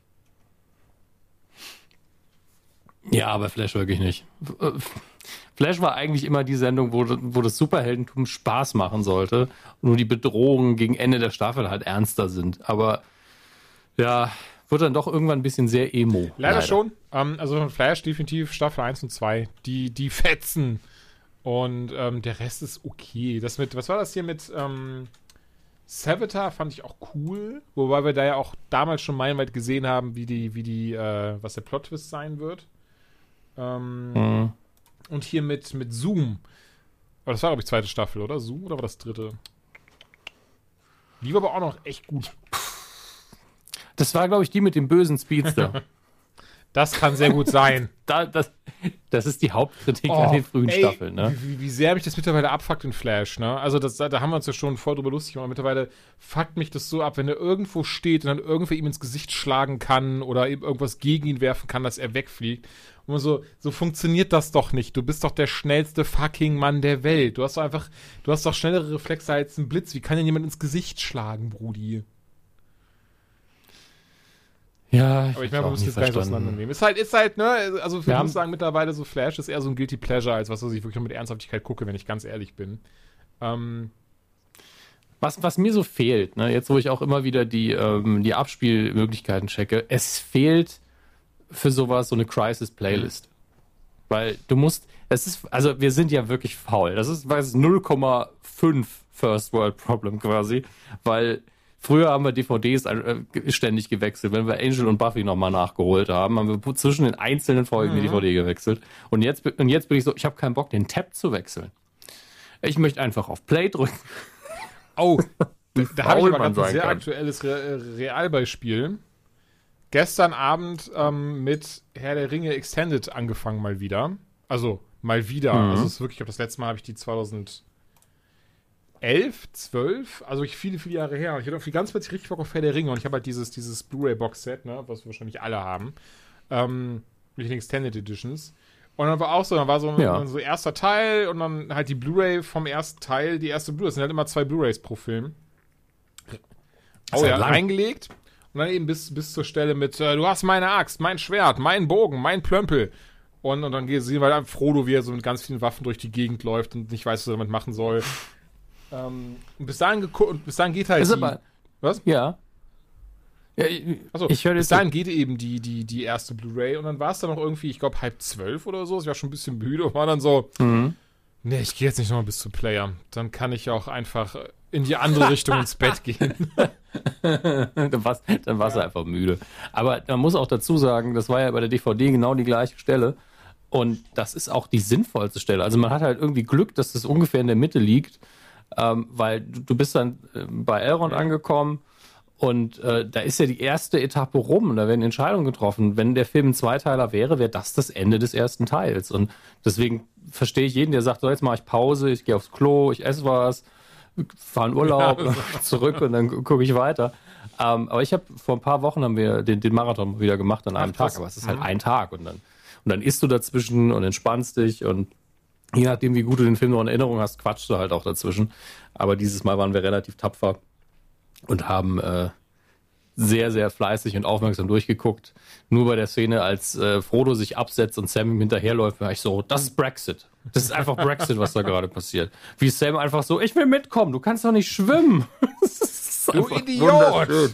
Ja, aber Flash wirklich nicht. Flash war eigentlich immer die Sendung, wo, wo das Superheldentum Spaß machen sollte und nur die Bedrohungen gegen Ende der Staffel halt ernster sind. Aber ja, wird dann doch irgendwann ein bisschen sehr emo. Leider, schon. Ähm, also von Flash definitiv Staffel eins und zwei. Die, die fetzen. Und ähm, der Rest ist okay. Das mit, was war das hier mit ähm, Savitar fand ich auch cool, wobei wir da ja auch damals schon meilenweit gesehen haben, wie die, wie die, äh, was der Plot-Twist sein wird. Ähm, Mhm. Und hier mit, mit Zoom. Aber das war, glaube ich, zweite Staffel, oder? Zoom oder war das dritte? Die war aber auch noch echt gut. Das war, glaube ich, die mit dem bösen Speedster. Das kann sehr gut sein. da, das, das ist die Hauptkritik Oh, an den frühen ey, Staffeln, ne? Wie, wie sehr mich das mittlerweile abfuckt in Flash, ne? Also das, da haben wir uns ja schon voll drüber lustig gemacht. Mittlerweile fuckt mich das so ab, wenn er irgendwo steht und dann irgendwer ihm ins Gesicht schlagen kann oder eben irgendwas gegen ihn werfen kann, dass er wegfliegt. Und man so, so funktioniert das doch nicht. Du bist doch der schnellste fucking Mann der Welt. Du hast doch einfach, du hast doch schnellere Reflexe als ein Blitz. Wie kann denn jemand ins Gesicht schlagen, Brudi? Ja, Aber ich meine, man muss das gar nicht auseinandernehmen. Ist halt, ist halt, ne, also Wir ich haben- muss sagen, mittlerweile so Flash ist eher so ein Guilty Pleasure, als was, was ich wirklich noch mit Ernsthaftigkeit gucke, wenn ich ganz ehrlich bin. Ähm, Was, was mir so fehlt, ne, jetzt wo ich auch immer wieder die, ähm, die Abspielmöglichkeiten checke, es fehlt für sowas so eine Crisis-Playlist. Weil du musst, es ist, also wir sind ja wirklich faul. Das ist, weiß null Komma fünf First World Problem quasi, weil früher haben wir D V Ds äh, ständig gewechselt. Wenn wir Angel und Buffy nochmal nachgeholt haben, haben wir zwischen den einzelnen Folgen die D V D gewechselt. Und jetzt, und jetzt bin ich so, ich habe keinen Bock, den Tab zu wechseln. Ich möchte einfach auf Play drücken. oh, da, da habe ich faul aber man ganz ein sein sehr kann. aktuelles Re Realbeispiel. Gestern Abend ähm, mit Herr der Ringe Extended angefangen mal wieder. Also, mal wieder. Mhm. Also, es ist wirklich, ich glaube, das letzte Mal habe ich die zweitausendelf, zwölf, also ich viele, viele Jahre her. Und ich hatte irgendwie ganz plötzlich richtig Bock auf Herr der Ringe und ich habe halt dieses, dieses Blu-ray-Box-Set, ne, was wir wahrscheinlich alle haben, ähm, mit den Extended Editions. Und dann war auch so, dann war so, Ja. dann so erster Teil und dann halt die Blu-ray vom ersten Teil, die erste Blu-ray. Es sind halt immer zwei Blu-rays pro Film. Oh halt ja, lang. reingelegt. Und dann eben bis, bis zur Stelle mit, äh, du hast meine Axt, mein Schwert, mein Bogen, mein Plömpel. Und, und dann sehen wir dann Frodo, wie er so mit ganz vielen Waffen durch die Gegend läuft und nicht weiß, was er damit machen soll. Ähm, und bis dahin, geku- und bis dahin geht halt Ist die, aber, was? ja. ja ich, Achso, ich höre bis jetzt. dahin geht eben die, die, die erste Blu-ray und dann war es dann noch irgendwie, ich glaube, halb zwölf oder so. Ich war schon ein bisschen müde und war dann so, Mhm. nee, ich gehe jetzt nicht nochmal bis zum Player. Dann kann ich auch einfach in die andere Richtung ins Bett gehen. dann warst, dann warst du einfach müde. Aber man muss auch dazu sagen, das war ja bei der D V D genau die gleiche Stelle. Und das ist auch die sinnvollste Stelle. Also man hat halt irgendwie Glück, dass das ungefähr in der Mitte liegt, ähm, weil du, du bist dann äh, bei Elrond angekommen und äh, da ist ja die erste Etappe rum und da werden Entscheidungen getroffen. Wenn der Film ein Zweiteiler wäre, wäre das das Ende des ersten Teils. Und deswegen verstehe ich jeden, der sagt, so jetzt mache ich Pause, ich gehe aufs Klo, ich esse was, fahre in Urlaub, zurück und dann gucke ich weiter. Ähm, aber ich habe vor ein paar Wochen haben wir den, den Marathon wieder gemacht an einem Ach, krass. Tag, aber es ist halt ein Tag und dann und dann isst du dazwischen und entspannst dich und je nachdem, wie gut du den Film noch in Erinnerung hast, quatschst du halt auch dazwischen. Aber dieses Mal waren wir relativ tapfer und haben äh, sehr, sehr fleißig und aufmerksam durchgeguckt. Nur bei der Szene, als äh, Frodo sich absetzt und Sam ihm hinterherläuft, war ich so, das ist Brexit. Das ist einfach Brexit, was da gerade passiert. Wie Sam einfach so, ich will mitkommen, du kannst doch nicht schwimmen. Das ist Du einfach Idiot! wunderschön.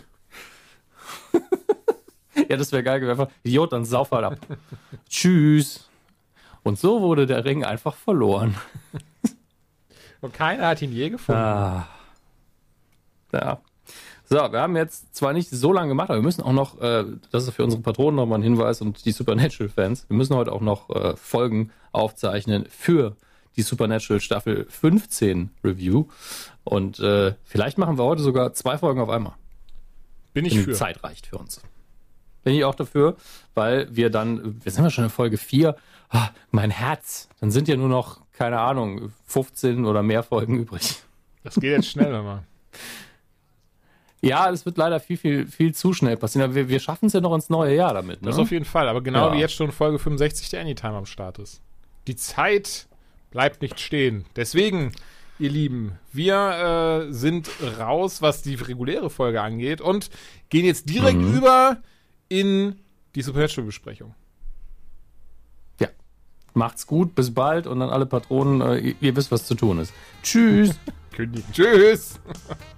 Ja, das wäre geil gewesen. Einfach, Idiot, dann sauf halt ab. Tschüss. Und so wurde der Ring einfach verloren. Und keiner hat ihn je gefunden. Ah. Ja. So, wir haben jetzt zwar nicht so lange gemacht, aber wir müssen auch noch, äh, das ist für unsere Patronen nochmal ein Hinweis und die Supernatural-Fans, wir müssen heute auch noch äh, Folgen aufzeichnen für die Supernatural Staffel fünfzehn Review. Und äh, vielleicht machen wir heute sogar zwei Folgen auf einmal. Bin ich Wenn für. die Zeit reicht für uns. Bin ich auch dafür, weil wir dann, wir sind ja schon in Folge vier, ah, mein Herz, dann sind ja nur noch, keine Ahnung, fünfzehn oder mehr Folgen übrig. Das geht jetzt schnell immer. Ja, es wird leider viel, viel, viel zu schnell passieren, aber wir, wir schaffen es ja noch ins neue Jahr damit. Ne? Das auf jeden Fall, aber genau Ja. wie jetzt schon Folge fünfundsechzig der Anytime am Start ist. Die Zeit bleibt nicht stehen. Deswegen, ihr Lieben, wir äh, sind raus, was die reguläre Folge angeht und gehen jetzt direkt Mhm. über in die Supernatural-Besprechung. Ja. Macht's gut, bis bald und dann alle Patronen, äh, ihr, ihr wisst, was zu tun ist. Tschüss. Kündigen. Tschüss!